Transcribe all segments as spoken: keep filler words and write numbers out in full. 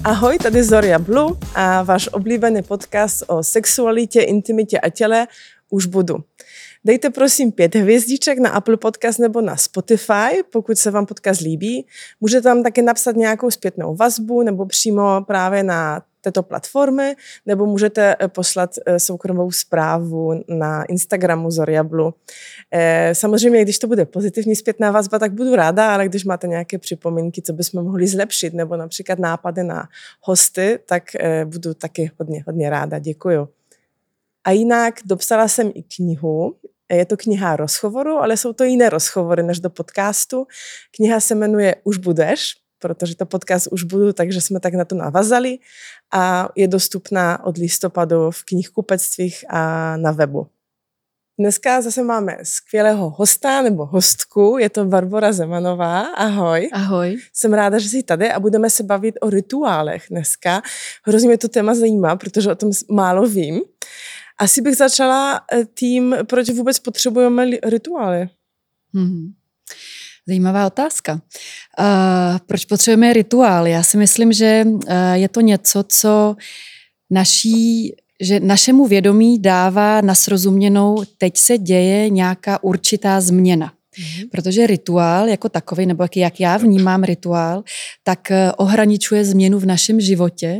Ahoj, tady Zoria Blue a váš oblíbený podcast o sexualitě, intimitě a těle Už budu. Dejte prosím pět hvězdiček na Apple Podcast nebo na Spotify, pokud se vám podcast líbí. Můžete tam také napsat nějakou zpětnou vazbu nebo přímo právě na této platformy, nebo můžete poslat soukromou zprávu na Instagramu Zoria Blue. Samozřejmě, když to bude pozitivní zpětná vazba, tak budu ráda, ale když máte nějaké připomínky, co bychom mohli zlepšit, nebo například nápady na hosty, tak budu taky hodně, hodně ráda. Děkuju. A jinak dopsala jsem i knihu. Je to kniha rozhovoru, ale jsou to jiné rozhovory než do podcastu. Kniha se jmenuje Už budeš, protože to podcast Už budu, takže jsme tak na to navazali a je dostupná od listopadu v knihkupectvích a na webu. Dneska zase máme skvělého hosta nebo hostku, je to Barbora Zemanová. Ahoj. Ahoj. Jsem ráda, že jsi tady a budeme se bavit o rituálech dneska. Hrozně mě to téma zajímá, protože o tom málo vím. Asi bych začala tím, proč vůbec potřebujeme rituály. Hmm. Zajímavá otázka. Uh, proč potřebujeme rituál? Já si myslím, že uh, je to něco, co naší, že našemu vědomí dává na srozuměnou, teď se děje nějaká určitá změna. Mm-hmm. Protože rituál jako takový, nebo jak já vnímám rituál, tak ohraničuje změnu v našem životě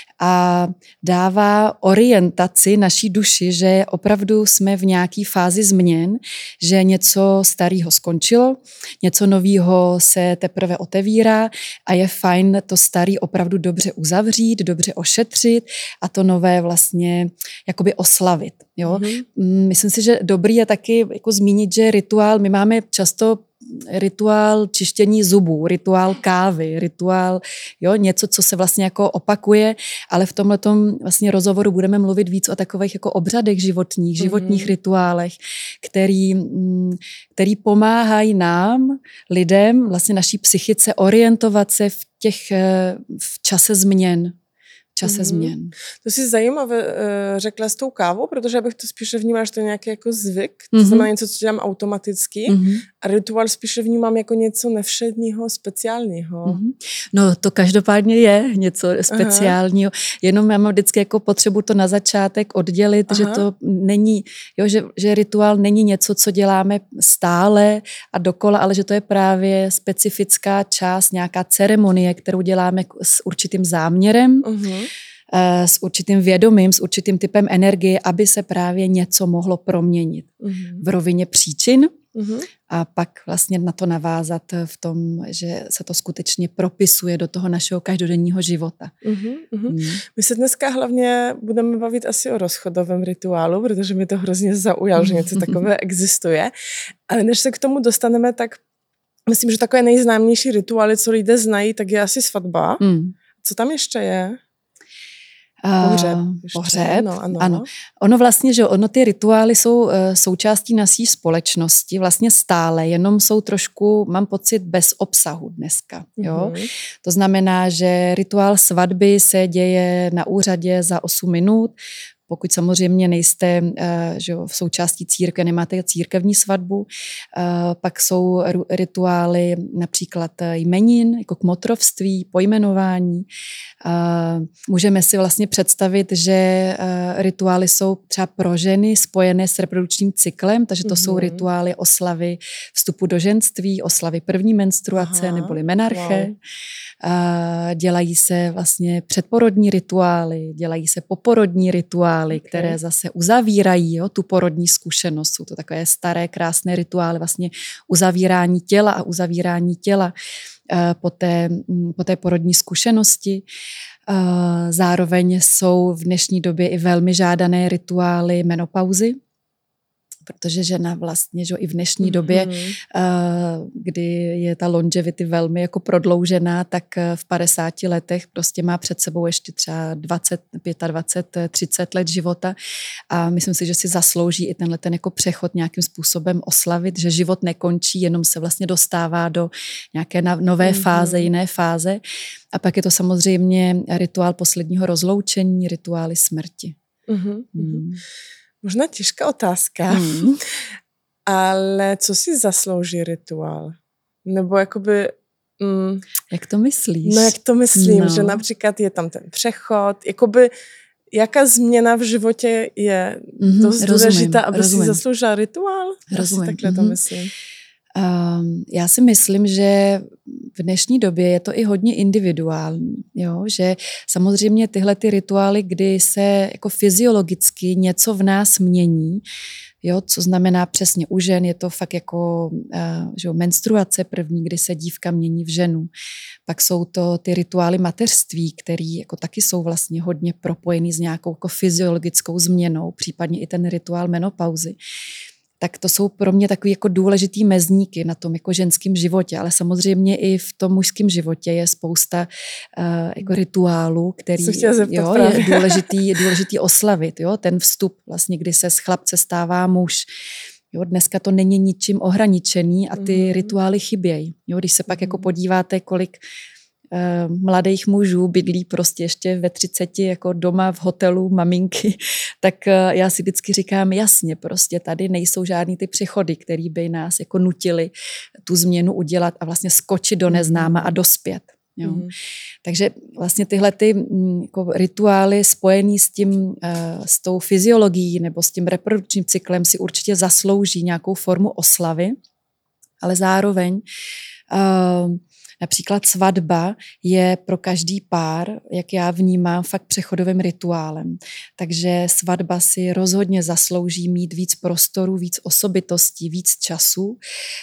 a dává orientaci naší duši, že opravdu jsme v nějaké fázi změn, že něco starého skončilo, něco nového se teprve otevírá a je fajn to staré opravdu dobře uzavřít, dobře ošetřit a to nové vlastně jakoby oslavit. Jo? Mm-hmm. Myslím si, že dobrý je taky jako zmínit, že rituál, my máme často rituál čištění zubů, rituál kávy, rituál, jo, něco, co se vlastně jako opakuje, ale v tomhletom vlastně rozhovoru budeme mluvit víc o takových jako obřadech životních, životních mm-hmm. rituálech, který, který pomáhají nám, lidem, vlastně naší psychice orientovat se v těch, v čase změn. čase mm-hmm. změn. To si zajímavé uh, řekla s tou kávou, protože já bych to spíše vnímala, že to je nějaký jako zvyk, to mm-hmm. znamená něco, co dělám automaticky mm-hmm. a rituál spíše vnímám jako něco nevšedního, speciálního. Mm-hmm. No to každopádně je něco speciálního, Aha. jenom já mám vždycky jako potřebu to na začátek oddělit, Aha. že to není, jo, že, že rituál není něco, co děláme stále a dokola, ale že to je právě specifická část, nějaká ceremonie, kterou děláme s určitým záměrem, mm-hmm. s určitým vědomím, s určitým typem energie, aby se právě něco mohlo proměnit mm-hmm. v rovině příčin mm-hmm. a pak vlastně na to navázat v tom, že se to skutečně propisuje do toho našeho každodenního života. Mm-hmm. Mm. My se dneska hlavně budeme bavit asi o rozchodovém rituálu, protože mi to hrozně zaujalo, že něco takové existuje. Ale než se k tomu dostaneme, tak myslím, že takové nejznámější rituály, co lidé znají, tak je asi svatba. Mm. Co tam ještě je? Pohřeb. Ještě. Pohřeb, no, ano. ano. Ono vlastně, že ono ty rituály jsou uh, součástí naší společnosti, vlastně stále, jenom jsou trošku, mám pocit, bez obsahu dneska. Jo? Mm-hmm. To znamená, že rituál svatby se děje na úřadě za osm minut, pokud samozřejmě nejste že v součástí církve, nemáte církevní svatbu, pak jsou rituály například jmenin, jako kmotrovství, pojmenování. Můžeme si vlastně představit, že rituály jsou třeba pro ženy spojené s reprodukčním cyklem, takže to mm-hmm. jsou rituály oslavy vstupu do ženství, oslavy první menstruace Aha, neboli menarche. Wow. Dělají se vlastně předporodní rituály, dělají se poporodní rituály, okay. které zase uzavírají jo, tu porodní zkušenost. Jsou to takové staré, krásné rituály, vlastně uzavírání těla a uzavírání těla po té, po té porodní zkušenosti. Zároveň jsou v dnešní době i velmi žádané rituály menopauzy, protože žena vlastně, že i v dnadnešní mm-hmm. době, kdy je ta longevity velmi jako prodloužená, tak v padesáti letech prostě má před sebou ještě třeba dvacet, dvacet pět, třicet let života a myslím si, že si zaslouží i tenhle ten jako přechod nějakým způsobem oslavit, že život nekončí, jenom se vlastně dostává do nějaké nové mm-hmm. fáze, jiné fáze. A pak je to samozřejmě rituál posledního rozloučení, rituály smrti. Mm-hmm. Mm. Možná těžká otázka, mm. ale co si zaslouží rituál? Nebo jakoby Mm, jak to myslíš? No jak to myslím, no. že například je tam ten přechod, jakoby jaká změna v životě je mm-hmm, dost rozumím, důležitá, aby rozumím. si zasloužila rituál? Rozumím. Takhle to mm-hmm. myslím. Um, já si myslím, že v dnešní době je to i hodně individuální, jo? Že samozřejmě tyhle ty rituály, kdy se jako fyziologicky něco v nás mění, jo? Co znamená přesně u žen, je to fakt jako uh, že jo, menstruace první, kdy se dívka mění v ženu. Pak jsou to ty rituály mateřství, které jako taky jsou vlastně hodně propojený s nějakou jako fyziologickou změnou, případně i ten rituál menopauzy. Tak to jsou pro mě takový jako důležitý mezníky na tom jako ženském životě, ale samozřejmě i v tom mužském životě je spousta uh, jako rituálů, který jo, je důležitý, důležitý oslavit. Jo? Ten vstup, vlastně, kdy se z chlapce stává muž. Jo? Dneska to není ničím ohraničený a ty mm-hmm. rituály chybějí. Jo? Když se pak mm-hmm. jako podíváte, kolik uh, mladých mužů bydlí prostě ještě ve třiceti jako doma v hotelu maminky, tak uh, já si vždycky říkám, jasně, prostě tady nejsou žádný ty přechody, které by nás jako nutili tu změnu udělat a vlastně skočit do neznáma a dospět. Jo. Mm-hmm. Takže vlastně tyhle ty jako rituály spojený s tím, uh, s tou fyziologií nebo s tím reprodukčním cyklem si určitě zaslouží nějakou formu oslavy, ale zároveň uh, například svatba je pro každý pár, jak já vnímám, fakt přechodovým rituálem. Takže svatba si rozhodně zaslouží mít víc prostoru, víc osobitostí, víc času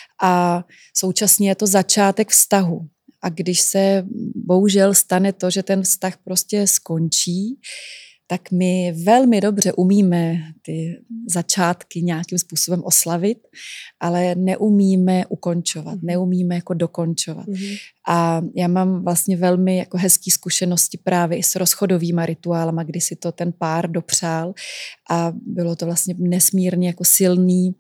a současně je to začátek vztahu. A když se bohužel stane to, že ten vztah prostě skončí, tak my velmi dobře umíme ty začátky nějakým způsobem oslavit, ale neumíme ukončovat, neumíme jako dokončovat. Mm-hmm. A já mám vlastně velmi jako hezký zkušenosti právě i s rozchodovýma rituálama, kdy si to ten pár dopřál a bylo to vlastně nesmírně jako silný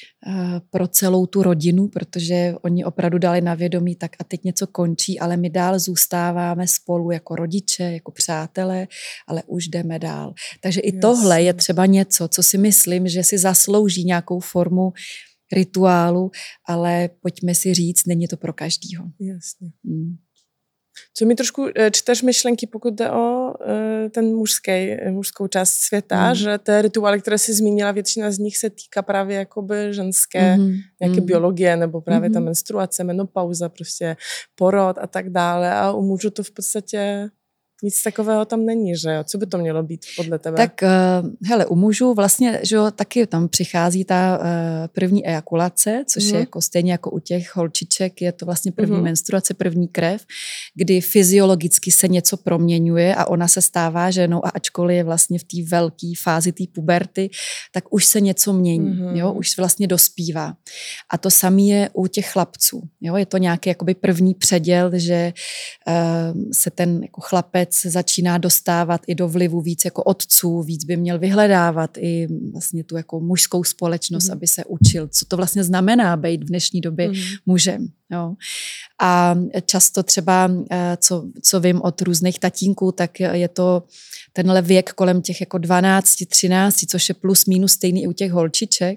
pro celou tu rodinu, protože oni opravdu dali na vědomí, tak a teď něco končí, ale my dál zůstáváme spolu jako rodiče, jako přátelé, ale už jdeme dál. Takže i Jasně. tohle je třeba něco, co si myslím, že si zaslouží nějakou formu rituálu, ale pojďme si říct, není to pro každýho. Jasně. Hmm. Co mi trošku čteš myšlenky, pokud jde o ten mužský, mužskou část světa, mm. že ty rituály, které jsi zmínila, většina z nich se týká právě jakoby ženské mm. nějaké mm. biologie, nebo právě mm. ta menstruace, menopauza, prostě porod a tak dále. A u mužů to v podstatě nic takového tam není, že jo? Co by to mělo být podle tebe? Tak uh, hele, u mužů vlastně, že jo, taky tam přichází ta uh, první ejakulace, což mm. je jako stejně jako u těch holčiček, je to vlastně první mm. menstruace, první krev, kdy fyziologicky se něco proměňuje a ona se stává ženou a ačkoliv je vlastně v té velké fázi té puberty, tak už se něco mění, mm. jo, už vlastně dospívá. A to samé je u těch chlapců, jo, je to nějaký jakoby první předěl, že uh, se ten jako chlapec začíná dostávat i do vlivu víc jako otců, víc by měl vyhledávat i vlastně tu jako mužskou společnost, mm. aby se učil, co to vlastně znamená být v dnešní době mm. mužem. Jo. A často třeba, co, co vím od různých tatínků, tak je to tenhle věk kolem těch jako dvanáct, třináct, což je plus minus stejný i u těch holčiček,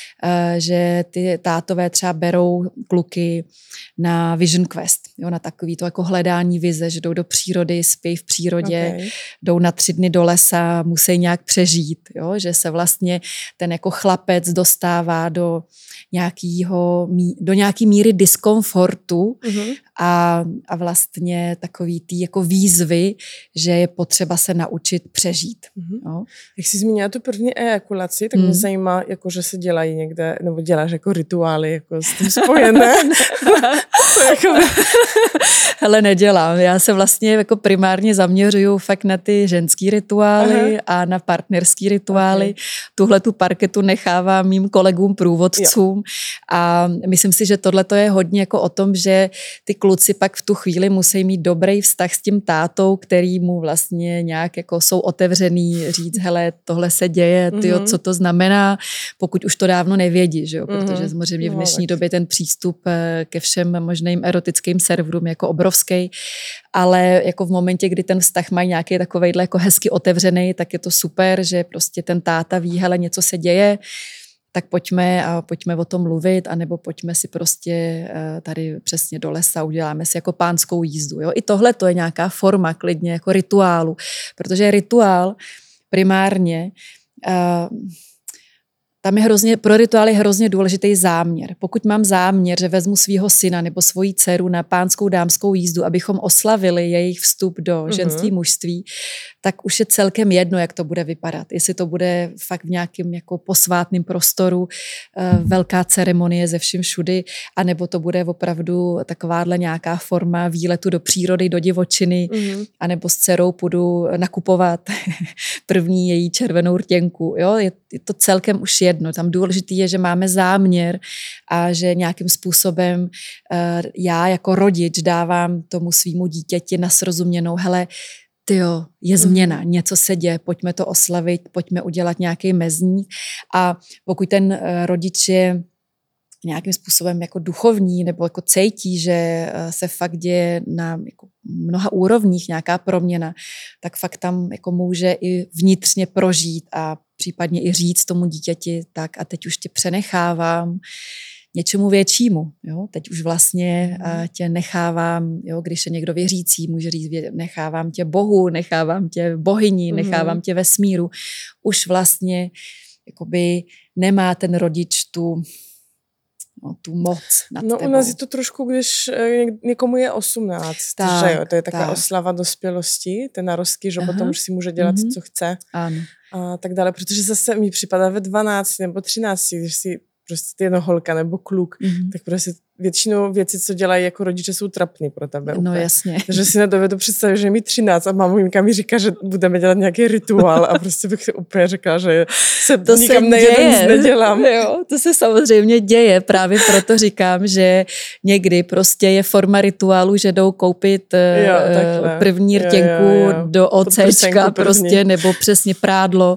že ty tátové třeba berou kluky na Vision Quest, jo, na takový to jako hledání vize, že jdou do přírody, spí v přírodě, okay. jdou na tři dny do lesa, musí nějak přežít, jo, že se vlastně ten jako chlapec dostává do nějakýho, do nějaký míry diskomfortu mm-hmm. a, a vlastně takový tý jako výzvy, že je potřeba se naučit přežít. Mm-hmm. No. Jak jsi zmínila tu první ejakulaci, tak mm. mě zajímá, jako, že se dělají někde, nebo děláš jako rituály jako s tím spojené. To jako... Hele, nedělám. Já se vlastně jako primárně zaměřuju fakt na ty ženský rituály Aha. a na partnerský rituály. Okay. Tuhle tu parketu nechávám mým kolegům průvodcům jo. a myslím si, že tohle to je hodně jako o tom, že ty kluci pak v tu chvíli musí mít dobrý vztah s tím tátou, který mu vlastně nějak jako jsou otevřený, říct, hele, tohle se děje, tyjo, mm-hmm. co to znamená, pokud už to dávno nevědí, že jo? Protože samozřejmě v dnešní době ten přístup ke všem možným erotickým serverům jako obrovský, ale jako v momentě, kdy ten vztah mají nějaký takovejhle jako hezky otevřený, tak je to super, že prostě ten táta ví, hele, něco se děje, tak pojďme a pojďme o tom mluvit, anebo pojďme si prostě tady přesně do lesa, uděláme si jako pánskou jízdu. Jo? I tohle to je nějaká forma klidně jako rituálu, protože rituál primárně uh, tam je hrozně, pro rituál je hrozně důležitý záměr. Pokud mám záměr, že vezmu svého syna nebo svoji dceru na pánskou dámskou jízdu, abychom oslavili jejich vstup do ženství, mm-hmm. mužství, tak už je celkem jedno, jak to bude vypadat. Jestli to bude fakt v nějakém jako posvátném prostoru, velká ceremonie ze vším všudy, anebo to bude opravdu takováhle nějaká forma výletu do přírody, do divočiny, mm-hmm. anebo s dcerou půjdu nakupovat první její červenou rtěnku. Jo? Je to celkem už jedno. Tam důležitý je, že máme záměr a že nějakým způsobem já jako rodič dávám tomu svýmu dítěti na srozuměnou, hele, tyjo, je změna, něco se děje, pojďme to oslavit, pojďme udělat nějaký mezník. A pokud ten rodič je nějakým způsobem jako duchovní nebo jako cítí, že se fakt děje na jako mnoha úrovních nějaká proměna, tak fakt tam jako může i vnitřně prožít a případně i říct tomu dítěti, tak a teď už tě přenechávám něčemu většímu. Jo? Teď už vlastně uh, tě nechávám, jo? Když je někdo věřící, může říct, nechávám tě Bohu, nechávám tě bohyni, nechávám mm. tě vesmíru. Už vlastně jakoby nemá ten rodič tu No, tu moc nad no, tebou. U nás je to trošku, když někomu je osmnáct, tak, že jo, to je taková tak. oslava dospělosti, ten narozky, že Aha. potom už si může dělat, mm-hmm. co chce. Ano. A tak dále, protože zase mi připadá ve dvanácti nebo třinácti, když si prostě jedno holka nebo kluk, mm-hmm. tak prostě většinou věci, co dělají jako rodiče, jsou trapný pro tebe. No úplně. Jasně. Takže si nedovedu představit, že je mi třináct a maminka mi říká, že budeme dělat nějaký rituál a prostě bych si úplně řekla, že se to nikam nejedu, nic nedělám. Jo, to se samozřejmě děje, právě proto říkám, že někdy prostě je forma rituálu, že jdou koupit jo, první rtěnku jo, jo, jo. do OCčka prostě, nebo přesně prádlo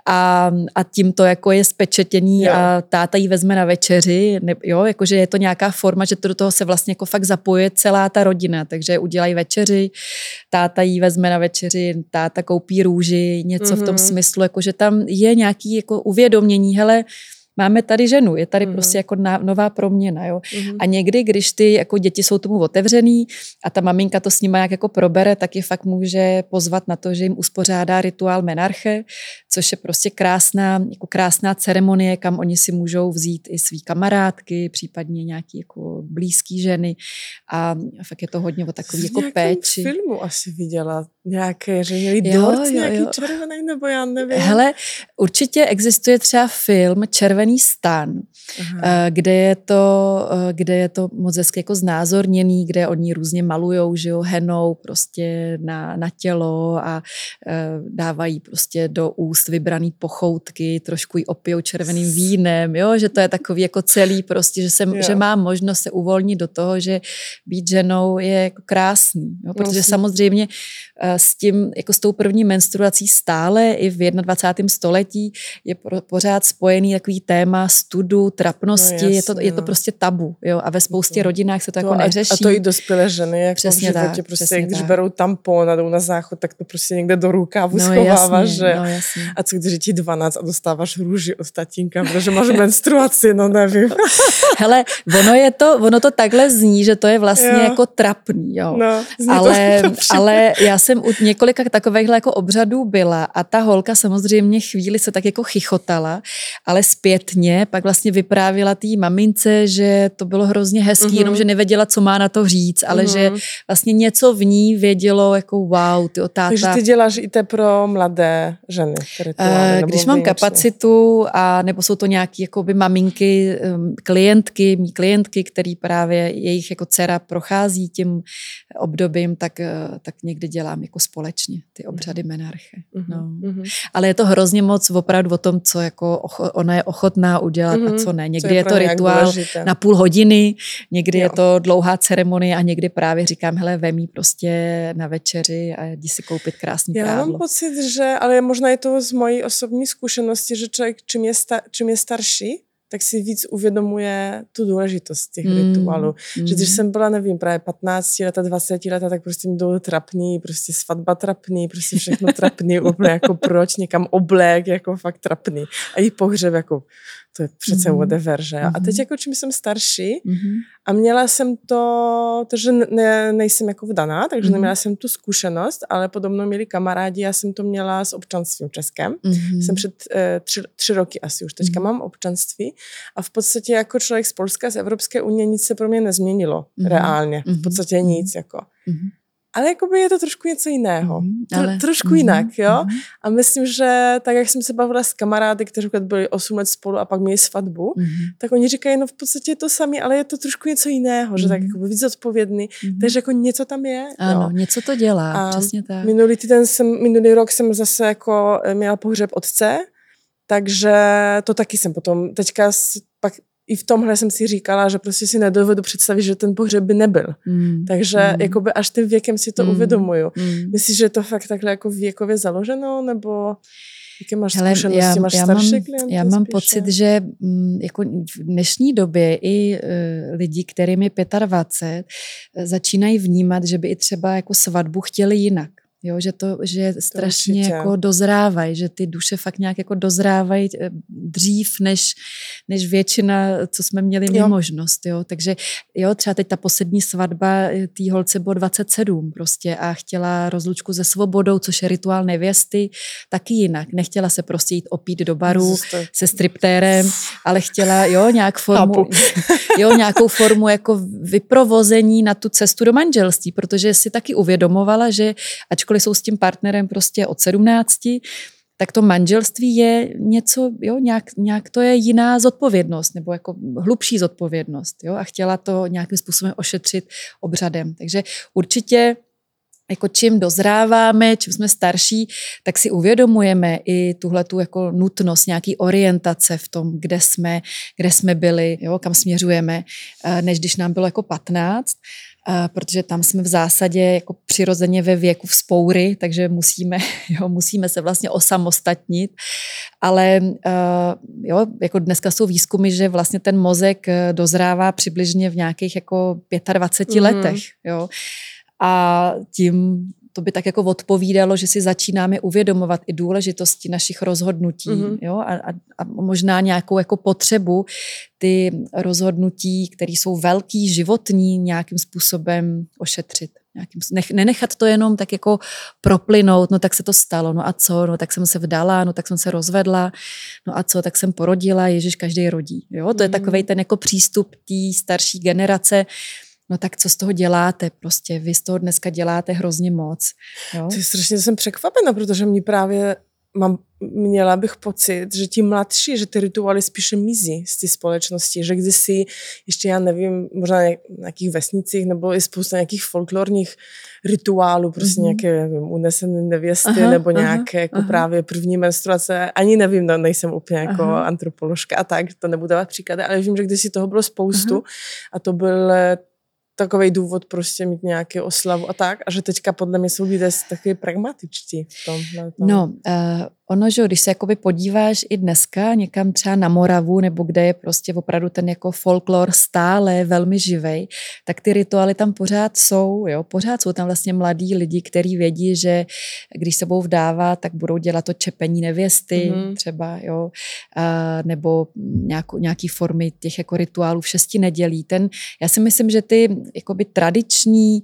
a, a tím to jako je spečetění jo. a táta jí vezme na večeři, ne, jo, jakože je to nějaká forma, že to do toho se vlastně jako fakt zapojuje celá ta rodina, takže udělají večeři, táta jí vezme na večeři, táta koupí růži, něco mm-hmm. v tom smyslu, jako že tam je nějaký jako uvědomění, hele, máme tady ženu, je tady mm-hmm. prostě jako nová proměna, jo. Mm-hmm. A někdy, když ty jako děti jsou tomu otevřený a ta maminka to s nima jak jako probere, tak je fakt může pozvat na to, že jim uspořádá rituál menarche, což je prostě krásná, jako krásná ceremonie, kam oni si můžou vzít i svý kamarádky, případně nějaký jako blízký ženy a fakt je to hodně o takový jako péči. V filmu asi viděla nějaké, že měli dort nějaký červený, nebo já nevím. Hele, určitě existuje třeba film Červený stan, Aha. kde je to, kde je to moc hezky jako znázorněný, kde oni různě malujou, že jo, henou prostě na, na tělo a uh, dávají prostě do úst vybraný pochoutky, trošku ji opijou červeným vínem, jo, že to je takový jako celý prostě, že, jsem, že mám možnost se uvolnit do toho, že být ženou je jako krásný, jo, protože Musím. samozřejmě uh, s tím, jako s tou první menstruací stále i v dvacátém prvním století je pro, pořád spojený takový téma studu, trapnosti, no jasně, je, to, je to prostě tabu, jo, a ve spoustě rodinách se to, to jako neřeší. A to i dospělé ženy, jako přesně v životě, tak, prostě, když tak. berou tampon a jdou na záchod, tak to prostě někde do rukávu no, schováváš, že? No, jasně. A co když je ti dvanáct a dostáváš růži od tatínka, protože máš menstruaci, no nevím. Hele, ono je to, ono to takhle zní, že to je vlastně jo. jako trapný, jo. No, ale, ale já jsem u několika takovýchhle jako obřadů byla a ta holka samozřejmě chvíli se tak jako chichotala, ale zpětně pak vlastně vyprávěla té mamince, že to bylo hrozně hezký, mm-hmm. jenom že nevěděla, co má na to říct, ale mm-hmm. že vlastně něco v ní vědělo jako wow, ty táta. Takže ty děláš i to pro mladé ženy? Uh, když mám výjimčně. kapacitu a nebo jsou to nějaké jakoby maminky, klientky, mý klientky, který právě jejich jako dcera prochází tím obdobím, tak, tak někdy dělám jako společně ty obřady menarche. Mm-hmm. No. Mm-hmm. Ale je to hrozně moc opravdu o tom, co jako ona je ochotná udělat mm-hmm. a co ne. Někdy co je, je to rituál na půl hodiny, někdy jo. je to dlouhá ceremonie a někdy právě říkám, hele, vem jí prostě na večeři a jdi si koupit krásný Já prádlo. Já mám pocit, že, ale možná je to z mojí osobní zkušenosti, že člověk čím je, sta, čím je starší, tak si víc uvědomuje tu důležitost těch mm. rituálů. Mm. Že když jsem byla, nevím, právě patnáct leta, dvacet leta, tak prostě mi bylo trapný, prostě svatba trapný, prostě všechno trapný, úplně jako proč, někam oblek, jako fakt trapný. A i pohřeb, jako to je přece mm. whatever, že? Mm. A teď jako čím jsem starší mm. a měla jsem to, takže ne, nejsem jako vdaná, takže mm. neměla jsem tu zkušenost, ale podobno měli kamarádi, já jsem to měla s občanstvím českém. Mm. Jsem před eh, tři, tři roky asi už teďka mm. mám občanství a v podstatě jako člověk z Polska, z Evropské unie, nic se pro mě nezměnilo mm. reálně. V podstatě nic, jako. Mm. Ale jakoby je to trošku něco jiného. Mm, ale... Tro, trošku mm, jinak, jo? Mm. A myslím, že tak, jak jsem se bavila s kamarády, kteří byli osm let spolu a pak měli svatbu, mm. tak oni říkají, no v podstatě je to samé, ale je to trošku něco jiného, mm. že tak jakoby víc odpovědný. Mm. Takže jako něco tam je. Ano, jo. něco to dělá, a přesně tak. Minulý týden jsem, minulý rok jsem zase jako měla pohřeb otce, takže to taky jsem potom, teďka pak i v tomhle jsem si říkala, že prostě si nedovedu představit, že ten pohřeb by nebyl. Mm. Takže mm. jakoby až tím věkem si to mm. uvědomuju. Mm. Myslíš, že je to fakt takhle jako věkově založeno, nebo jaké máš Hele, zkušenosti? Já, máš já starší mám, klienty? Já mám spíše? pocit, že m, jako v dnešní době i uh, lidi, kterým je dvacet pět, začínají vnímat, že by i třeba jako svatbu chtěli jinak. Jo, že to, že strašně to jako dozrávají, že ty duše fakt nějak jako dozrávají dřív, než, než většina, co jsme měli my možnost, jo. Takže jo, třeba teď ta poslední svatba, tý holce bylo dvacet sedm prostě a chtěla rozlučku se svobodou, což je rituál nevěsty, taky jinak. Nechtěla se prostě jít opít do baru Zůste. se striptérem, ale chtěla, jo, nějak formu, jo, nějakou formu jako vyprovození na tu cestu do manželství, protože si taky uvědomovala, že ačkoliv jsou s tím partnerem prostě od sedmnácti, tak to manželství je něco, jo, nějak, nějak to je jiná zodpovědnost, nebo jako hlubší zodpovědnost, jo, a chtěla to nějakým způsobem ošetřit obřadem. Takže určitě jako čím dozráváme, čím jsme starší, tak si uvědomujeme i tuhletu jako nutnost nějaký orientace v tom, kde jsme, kde jsme byli, jo, kam směřujeme, než když nám bylo jako patnáct, protože tam jsme v zásadě jako přirozeně ve věku vzpoury, takže musíme, jo, musíme se vlastně osamostatnit, ale jo, jako dneska jsou výzkumy, že vlastně ten mozek dozrává přibližně v nějakých jako dvaceti pěti mm. letech, jo. A tím to by tak jako odpovídalo, že si začínáme uvědomovat i důležitosti našich rozhodnutí, mm-hmm. jo, a, a, a možná nějakou jako potřebu ty rozhodnutí, které jsou velký, životní, nějakým způsobem ošetřit. Nějakým, nech, nenechat to jenom tak jako proplynout, no tak se to stalo, no a co, no tak jsem se vdala, no tak jsem se rozvedla, no a co, tak jsem porodila, ježiš, každý rodí, jo, to mm-hmm. je takovej ten jako přístup té starší generace. No tak co z toho děláte? Prostě vy z toho dneska děláte hrozně moc. Jo? To je strašně, jsem překvapena, protože mě právě mám, měla bych pocit, že ti mladší, že ty rituály spíše mizí z té společnosti, že kdysi ještě já nevím, možná na nějakých vesnicích nebo i spousta nějakých folklorních rituálů, prostě mm-hmm. nějaké nevím, unesené nevěsty aha, nebo nějaké aha, jako aha. právě první menstruace, ani nevím, no, nejsem úplně jako aha. antropoložka a tak, to nebudu dávat příklady, ale vím, že kdysi toho bylo spoustu aha. a to byl takový důvod prostě mít nějaké oslavu a tak, a že teďka podle mě jsou lidé taky pragmatičtí v tom. No, uh, ono, že když se jakoby podíváš i dneska někam třeba na Moravu, nebo kde je prostě opravdu ten jako folklor stále velmi živej, tak ty rituály tam pořád jsou, jo, pořád jsou tam vlastně mladí lidi, kteří vědí, že když se budou vdávat, tak budou dělat to čepení nevěsty mm-hmm. třeba, jo, uh, nebo nějakou, nějaký formy těch jako rituálů v šesti nedělí. Ten, já si myslím, že ty jakoby tradiční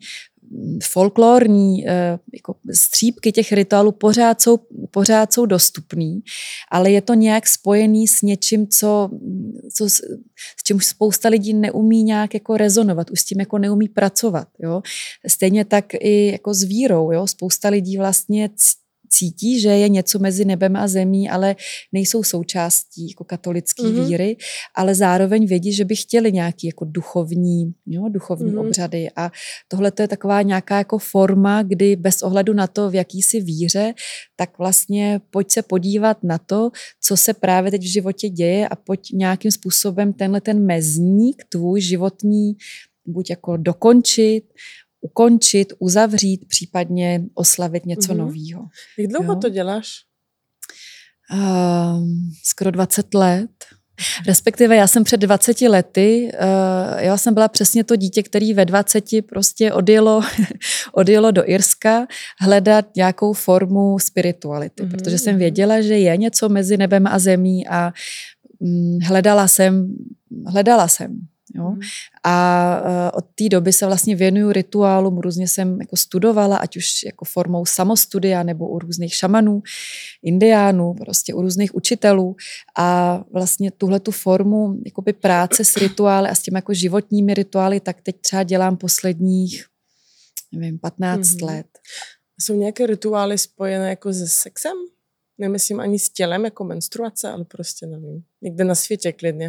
folklorní jako střípky těch rituálů pořád jsou, pořád jsou dostupný, ale je to nějak spojený s něčím, co, co, s čím už spousta lidí neumí nějak jako rezonovat, už s tím jako neumí pracovat. Jo? Stejně tak i jako s vírou. Jo? Spousta lidí vlastně cítí, že je něco mezi nebem a zemí, ale nejsou součástí jako katolické mm-hmm. víry, ale zároveň vědí, že by chtěli nějaký jako duchovní, jo, duchovní mm-hmm. obřady. A tohle to je taková nějaká jako forma, kdy bez ohledu na to, v jaký si víře, tak vlastně pojď se podívat na to, co se právě teď v životě děje a pojď nějakým způsobem tenhle ten mezník tvůj životní buď jako dokončit, ukončit, uzavřít, případně oslavit něco mm-hmm. nového. Jak dlouho jo? to děláš? Uh, skoro dvacet let. Respektive já jsem před dvaceti lety, uh, já jsem byla přesně to dítě, který ve dvaceti prostě odjelo, odjelo do Irska hledat nějakou formu spirituality, mm-hmm. protože jsem věděla, že je něco mezi nebem a zemí a um, hledala jsem, hledala jsem. Jo? Mm. A uh, od té doby se vlastně věnuju rituálům, různě jsem jako studovala, ať už jako formou samostudia nebo u různých šamanů, indiánů, prostě u různých učitelů a vlastně tuhletu formu jakoby práce s rituály a s těmi jako životními rituály, tak teď třeba dělám posledních, nevím, patnáct mm. let. Jsou nějaké rituály spojené jako se sexem? Nemyslím ani s tělem, jako menstruace, ale prostě nevím. Někde na světě klidně.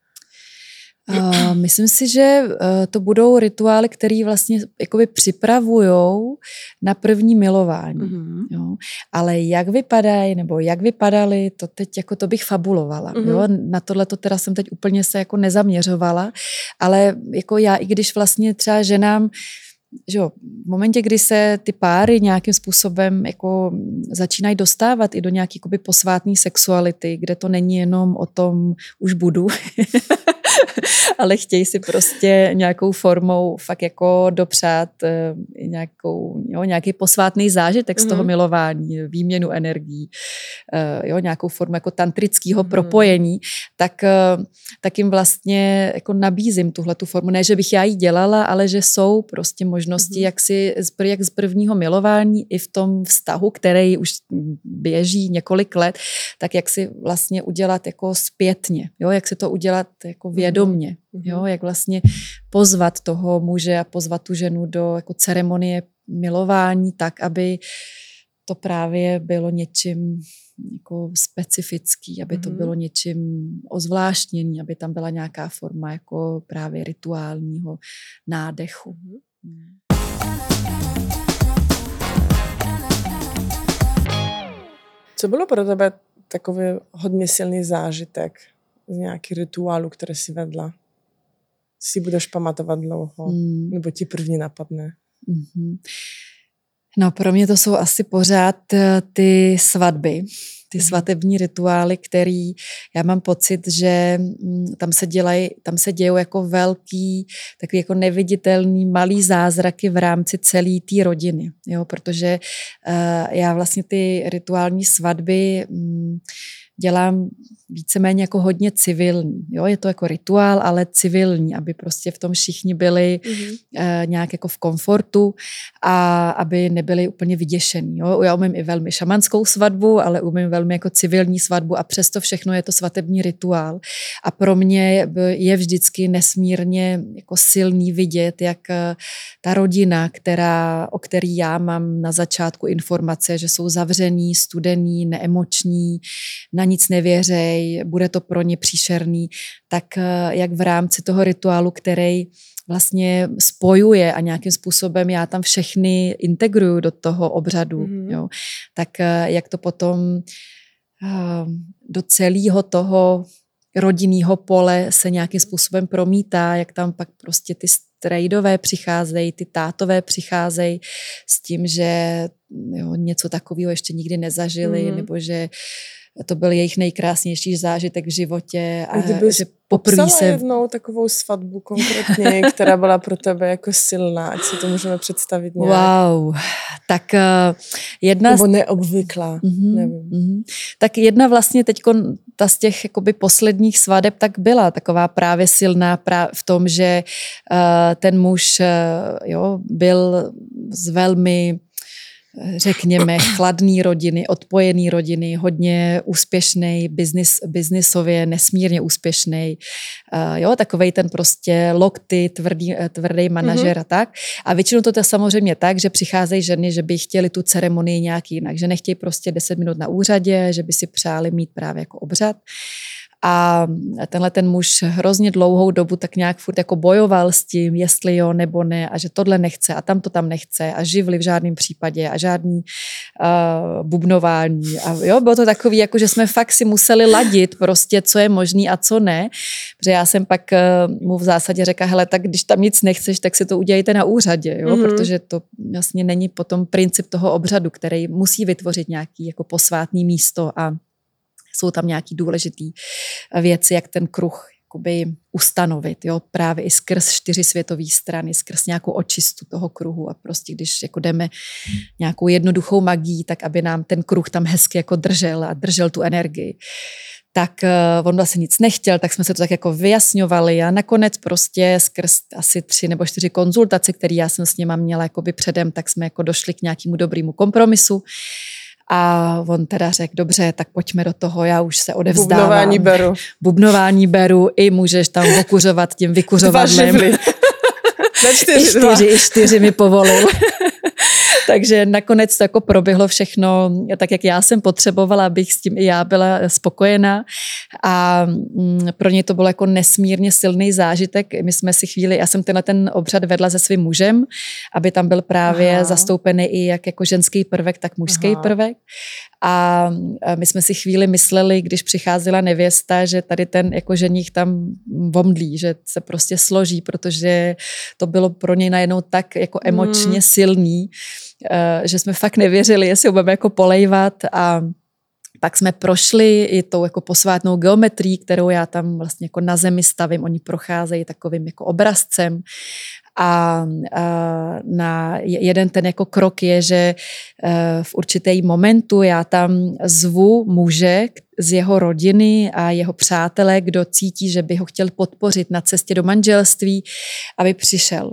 Uh, myslím si, že uh, to budou rituály, které vlastně jakoby připravujou na první milování. Mm-hmm. Jo? Ale jak vypadají, nebo jak vypadaly, to teď jako to bych fabulovala. Mm-hmm. Jo? Na tohle to teda jsem teď úplně se jako nezaměřovala, ale jako já, i když vlastně třeba ženám, že jo, v momentě, kdy se ty páry nějakým způsobem jako začínají dostávat i do nějaké jakoby posvátné sexuality, kde to není jenom o tom už budu, ale chtějí si prostě nějakou formou fakt jako dopřát nějakou, jo, nějaký posvátný zážitek mm-hmm. z toho milování, výměnu energií, jo, nějakou formu jako tantrického mm-hmm. propojení, tak, tak jim vlastně jako nabízím tuhletu formu. Ne, že bych já ji dělala, ale že jsou prostě možnosti, mm-hmm. jak si jak z prvního milování i v tom vztahu, který už běží několik let, tak jak si vlastně udělat jako zpětně, jo, jak si to udělat jako vědomně, jo, jak vlastně pozvat toho muže a pozvat tu ženu do jako ceremonie milování tak, aby to právě bylo něčím jako specifický, aby to bylo něčím ozvláštněný, aby tam byla nějaká forma jako právě rituálního nádechu. Co bylo pro tebe takový hodně silný zážitek z nějaký rituálu, který si vedla? Si budeš pamatovat dlouho? Hmm. Nebo ti první napadne? Mm-hmm. No pro mě to jsou asi pořád ty svatby, ty svatební rituály, který já mám pocit, že tam se dělají, tam se dějou jako velký, takový jako neviditelný malý zázraky v rámci celé té rodiny, jo, protože uh, já vlastně ty rituální svatby um, dělám víceméně jako hodně civilní. Jo? Je to jako rituál, ale civilní, aby prostě v tom všichni byli mm-hmm. uh, nějak jako v komfortu a aby nebyli úplně vyděšení. Jo? Já umím i velmi šamanskou svatbu, ale umím velmi jako civilní svatbu a přesto všechno je to svatební rituál. A pro mě je vždycky nesmírně jako silný vidět, jak ta rodina, která, o který já mám na začátku informace, že jsou zavřený, studený, neemoční, na nic nevěřej, bude to pro ně příšerný, tak jak v rámci toho rituálu, který vlastně spojuje a nějakým způsobem já tam všechny integruju do toho obřadu, mm-hmm. jo, tak jak to potom do celého toho rodinného pole se nějakým způsobem promítá, jak tam pak prostě ty strejdové přicházejí, ty tátové přicházejí s tím, že jo, něco takového ještě nikdy nezažili, mm-hmm. nebo že to byl jejich nejkrásnější zážitek v životě. A kdyby že poprvé se jednou takovou svatbu konkrétně, která byla pro tebe jako silná, ať si to můžeme představit nějak. Wow, tak uh, jedna... Nebo neobvyklá, mm-hmm, nevím. Mm-hmm. Tak jedna vlastně teďko, ta z těch jakoby posledních svadeb, tak byla taková právě silná prá- v tom, že uh, ten muž uh, jo, byl z velmi řekněme, chladný rodiny, odpojený rodiny, hodně úspěšný, biznis, biznisově nesmírně úspěšný. Uh, jo, takovej ten prostě lokty, tvrdý, tvrdý manažer mm-hmm. a tak. A většinou to je samozřejmě tak, že přicházejí ženy, že by chtěli tu ceremonii nějak jinak, že nechtějí prostě deset minut na úřadě, že by si přáli mít právě jako obřad. A tenhle ten muž hrozně dlouhou dobu tak nějak furt jako bojoval s tím, jestli jo nebo ne a že tohle nechce a tam to tam nechce a živly v žádném případě a žádný uh, bubnování. A jo, bylo to takový, jako že jsme fakt si museli ladit prostě, co je možný a co ne. Protože já jsem pak uh, mu v zásadě řekla, hele, tak když tam nic nechceš, tak si to udělejte na úřadě, jo, mm-hmm. protože to vlastně není potom princip toho obřadu, který musí vytvořit nějaký jako posvátný místo a Jsou tam nějaký důležitý věci, jak ten kruh jakoby ustanovit, jo, právě i skrz čtyři světové strany, skrz nějakou očistu toho kruhu a prostě když jako jdeme nějakou jednoduchou magií, tak aby nám ten kruh tam hezky jako držel a držel tu energii. Tak uh, on vlastně nic nechtěl, tak jsme se to tak jako vyjasňovali a nakonec prostě skrz asi tři nebo čtyři konzultace, které já jsem s nima měla jakoby předem, tak jsme jako došli k nějakému dobrému kompromisu. A on teda řekl, dobře, tak pojďme do toho, já už se odevzdávám. Bubnování beru. Bubnování beru, i můžeš tam okuřovat tím vykuřovadlem. Dva čtyři, I čtyři, i čtyři mi povolil. Takže nakonec to jako proběhlo všechno tak, jak já jsem potřebovala, abych s tím i já byla spokojená. A pro ně to bylo jako nesmírně silný zážitek. My jsme si chvíli, já jsem tenhle ten obřad vedla se svým mužem, aby tam byl právě Aha. zastoupený i jak jako ženský prvek, tak mužský Aha. prvek. A my jsme si chvíli mysleli, když přicházela nevěsta, že tady ten jako ženich tam vomdlí, že se prostě složí, protože to bylo pro něj najednou tak jako emočně hmm. silný, že jsme fakt nevěřili, jestli ho budeme jako polejvat. A pak jsme prošli i tou jako posvátnou geometrií, kterou já tam vlastně jako na zemi stavím. Oni procházejí takovým jako obrazcem. A, a na jeden ten jako krok je, že v určitý momentu já tam zvu muže z jeho rodiny a jeho přátelé, kdo cítí, že by ho chtěl podpořit na cestě do manželství, aby přišel.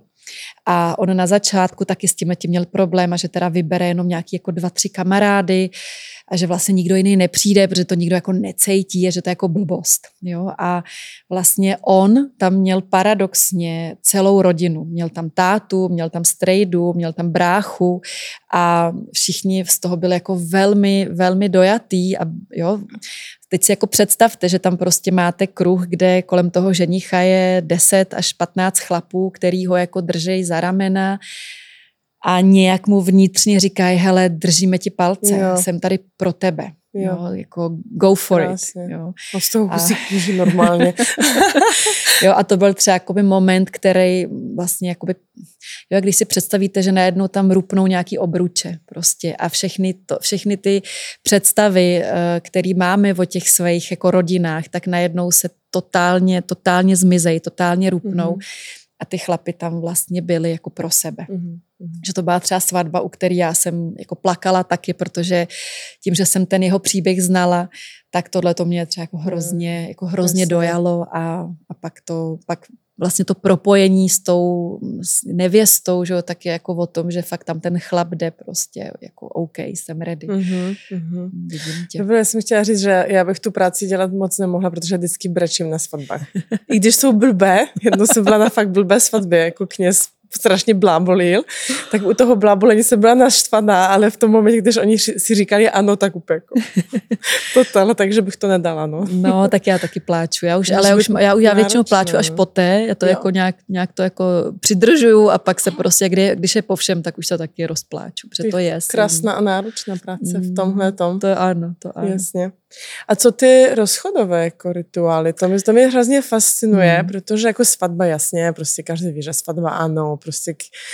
A on na začátku taky s tím měl problém a že teda vybere jenom nějaký jako dva, tři kamarády a že vlastně nikdo jiný nepřijde, protože to nikdo jako necítí, je, že to je jako blbost. Jo? A vlastně on tam měl paradoxně celou rodinu. Měl tam tátu, měl tam strejdu, měl tam bráchu a všichni z toho byli jako velmi, velmi dojatý a jo, teď si jako představte, že tam prostě máte kruh, kde kolem toho ženicha je deset až patnáct chlapů, který ho jako držejí za ramena a nějak mu vnitřně říkají, hele, držíme ti palce, jo. jsem tady pro tebe. Jo. Jo, jako go for Krásně. It. Jo. A z toho husí kůži normálně. Jo, a to byl třeba jakoby moment, který vlastně jakoby, jo, když si představíte, že najednou tam rupnou nějaký obruče prostě a všechny, to, všechny ty představy, které máme o těch svých jako rodinách, tak najednou se totálně, totálně zmizejí, totálně rupnou. Mm-hmm. A ty chlapy tam vlastně byly jako pro sebe. Mm-hmm. Že to byla třeba svatba, u které já jsem jako plakala taky, protože tím, že jsem ten jeho příběh znala, tak tohle to mě třeba jako hrozně, jako hrozně dojalo a, a pak to, pak vlastně to propojení s tou s nevěstou, že jo, tak je jako o tom, že fakt tam ten chlap jde prostě jako OK, jsem ready. Mm-hmm, mm-hmm. Vidím tě. Dobře, já jsem chtěla říct, že já bych tu práci dělat moc nemohla, protože vždycky brečím na svatbách. I když jsou blbé, jednou jsem byla na fakt blbé svatbě, jako kněz strašně blábolil, tak u toho blábolení jsem byla naštvaná, ale v tom momentě, když oni si říkali ano, tak úplně jako total, takže bych to nedala, no. No, tak já taky pláču, já už, ale já, už, já, já většinou pláču až poté, já to jo. jako nějak, nějak to jako přidržuju a pak se prostě, kdy, když je po všem, tak už to taky rozpláču, protože to je. Krásná a náročná práce v tomhle tom. To je ano, to ano. Jasně. A co ty rozchodové jako rituály? To mě, to mě hrozně fascinuje, hmm. protože jako svatba jasně, prostě každý ví, že svatba ano, prostě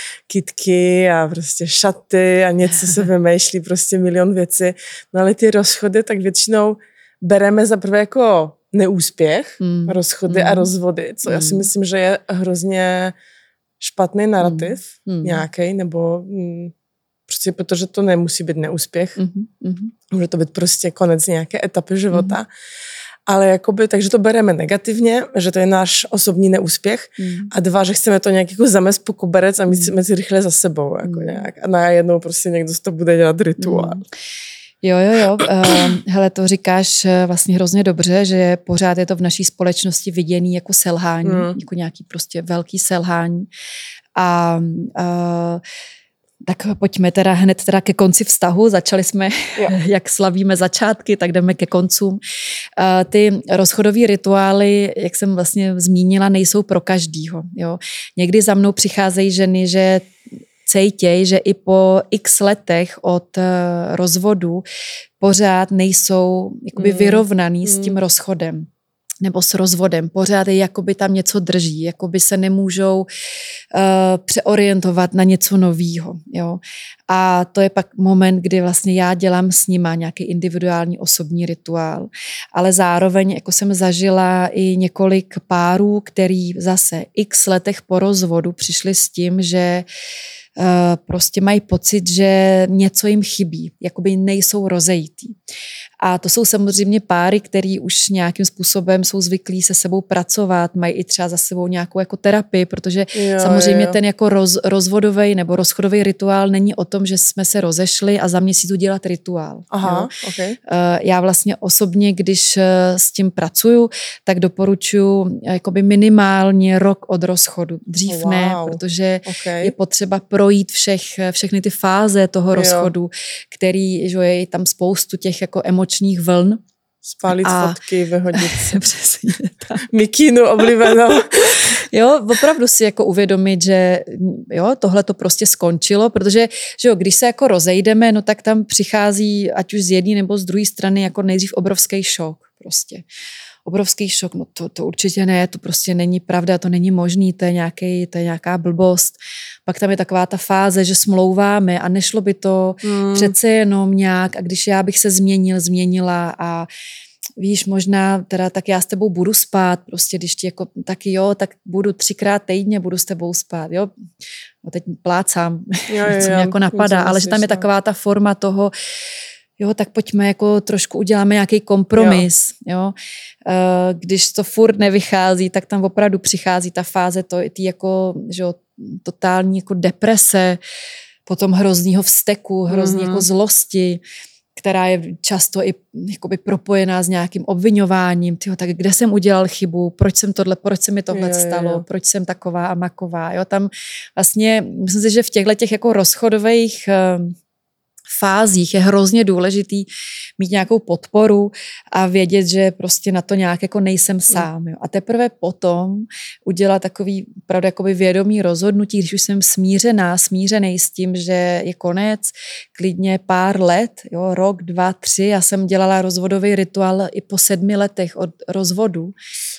kytky a prostě šaty a něco se vymýšlí, prostě milion věcí. No ale ty rozchody tak většinou bereme za prvé jako neúspěch, hmm. rozchody hmm. a rozvody, co hmm. já si myslím, že je hrozně špatný narrativ hmm. nějaký, nebo... Hmm, prostě protože to nemusí být neúspěch. Mm-hmm. Může to být prostě konec nějaké etapy života. Mm-hmm. Ale jakoby, takže to bereme negativně, že to je náš osobní neúspěch. Mm. A dva, že chceme to nějak jako zamést po koberec a mít si rychle za sebou. Jako mm. nějak. A najednou prostě někdo z toho bude dělat rituál. Mm. Jo, jo, jo. Uh, hele, to říkáš vlastně hrozně dobře, že pořád je to v naší společnosti viděný jako selhání, mm. jako nějaký prostě velký selhání. A uh, tak pojďme teda hned teda ke konci vztahu. Začali jsme, jo. jak slavíme začátky, tak jdeme ke koncům. Ty rozchodové rituály, jak jsem vlastně zmínila, nejsou pro každýho. Jo. Někdy za mnou přicházejí ženy, že cítěj, že i po x letech od rozvodu pořád nejsou jakoby vyrovnaný mm. s tím rozchodem. nebo s rozvodem. Pořád je, jakoby tam něco drží, jakoby se nemůžou uh, přeorientovat na něco novýho. Jo? A to je pak moment, kdy vlastně já dělám s nima nějaký individuální osobní rituál. Ale zároveň jako jsem zažila i několik párů, který zase x letech po rozvodu přišli s tím, že uh, prostě mají pocit, že něco jim chybí, jakoby nejsou rozejitý. A to jsou samozřejmě páry, který už nějakým způsobem jsou zvyklí se sebou pracovat, mají i třeba za sebou nějakou jako terapii, protože jo, samozřejmě jo. ten jako roz, rozvodový nebo rozchodový rituál není o tom, že jsme se rozešli a za měsíc udělat rituál. Aha, okay. Já vlastně osobně, když s tím pracuju, tak doporučuji jakoby minimálně rok od rozchodu. Dřív wow. ne, protože okay. je potřeba projít všech, všechny ty fáze toho rozchodu, jo. který, že je tam spoustu těch jako emočních vln. Spálit a... fotky, vyhodit se. Přesně tak. Mikinu oblíbenou. Jo, opravdu si jako uvědomit, že jo, tohle to prostě skončilo, protože že jo, když se jako rozejdeme, no tak tam přichází ať už z jedné nebo z druhé strany jako nejdřív obrovský šok prostě. Obrovský šok, no to, to určitě ne, to prostě není pravda, to není možný, to je, nějaký, to je nějaká blbost. Pak tam je taková ta fáze, že smlouváme a nešlo by to hmm. přece jenom nějak, a když já bych se změnil, změnila a víš, možná teda tak já s tebou budu spát, prostě když ti jako taky jo, tak budu třikrát týdně, budu s tebou spát, jo. No teď plácám, jo, jo, co mě jako napadá, ale že tam je taková ta forma toho, jo, tak pojďme jako trošku uděláme nějaký kompromis, jo. jo. Když to furt nevychází, tak tam opravdu přichází ta fáze to, tý jako, že jo, totální jako deprese, potom hroznýho vzteku, hrozný mm-hmm. jako zlosti, která je často i jakoby propojená s nějakým obviňováním. Tyjo, tak kde jsem udělal chybu? Proč jsem tohle, proč se mi tohle jo, stalo? Jo. Proč jsem taková a maková? Jo, tam vlastně, myslím si, že v těchto těch jako rozchodových fázích je hrozně důležitý mít nějakou podporu a vědět, že prostě na to nějak jako nejsem sám. Jo. A teprve potom udělat takový opravdu jakoby vědomý rozhodnutí, když už jsem smířená, smířený s tím, že je konec, klidně pár let, jo, rok, dva, tři, já jsem dělala rozvodový rituál i po sedmi letech od rozvodu.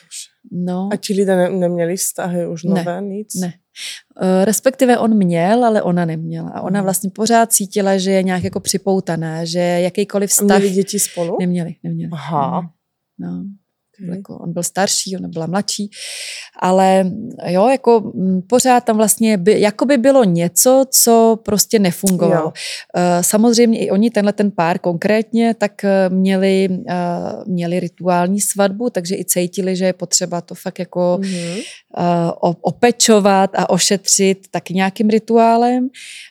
No. A ti lidé ne- neměli vztahy už nové, ne, nic? Ne. Respektive on měl, ale ona neměla. A ona vlastně pořád cítila, že je nějak jako připoutaná, že jakýkoliv vztah... A měli děti spolu? Neměli, neměli. Aha. No. Okay. Jako on byl starší, ona byla mladší, ale jo, jako pořád tam vlastně by, jako by bylo něco, co prostě nefungovalo. Jo. Samozřejmě i oni, tenhle ten pár konkrétně, tak měli, měli rituální svatbu, takže i cítili, že je potřeba to fakt jako mm-hmm. opečovat a ošetřit taky nějakým rituálem.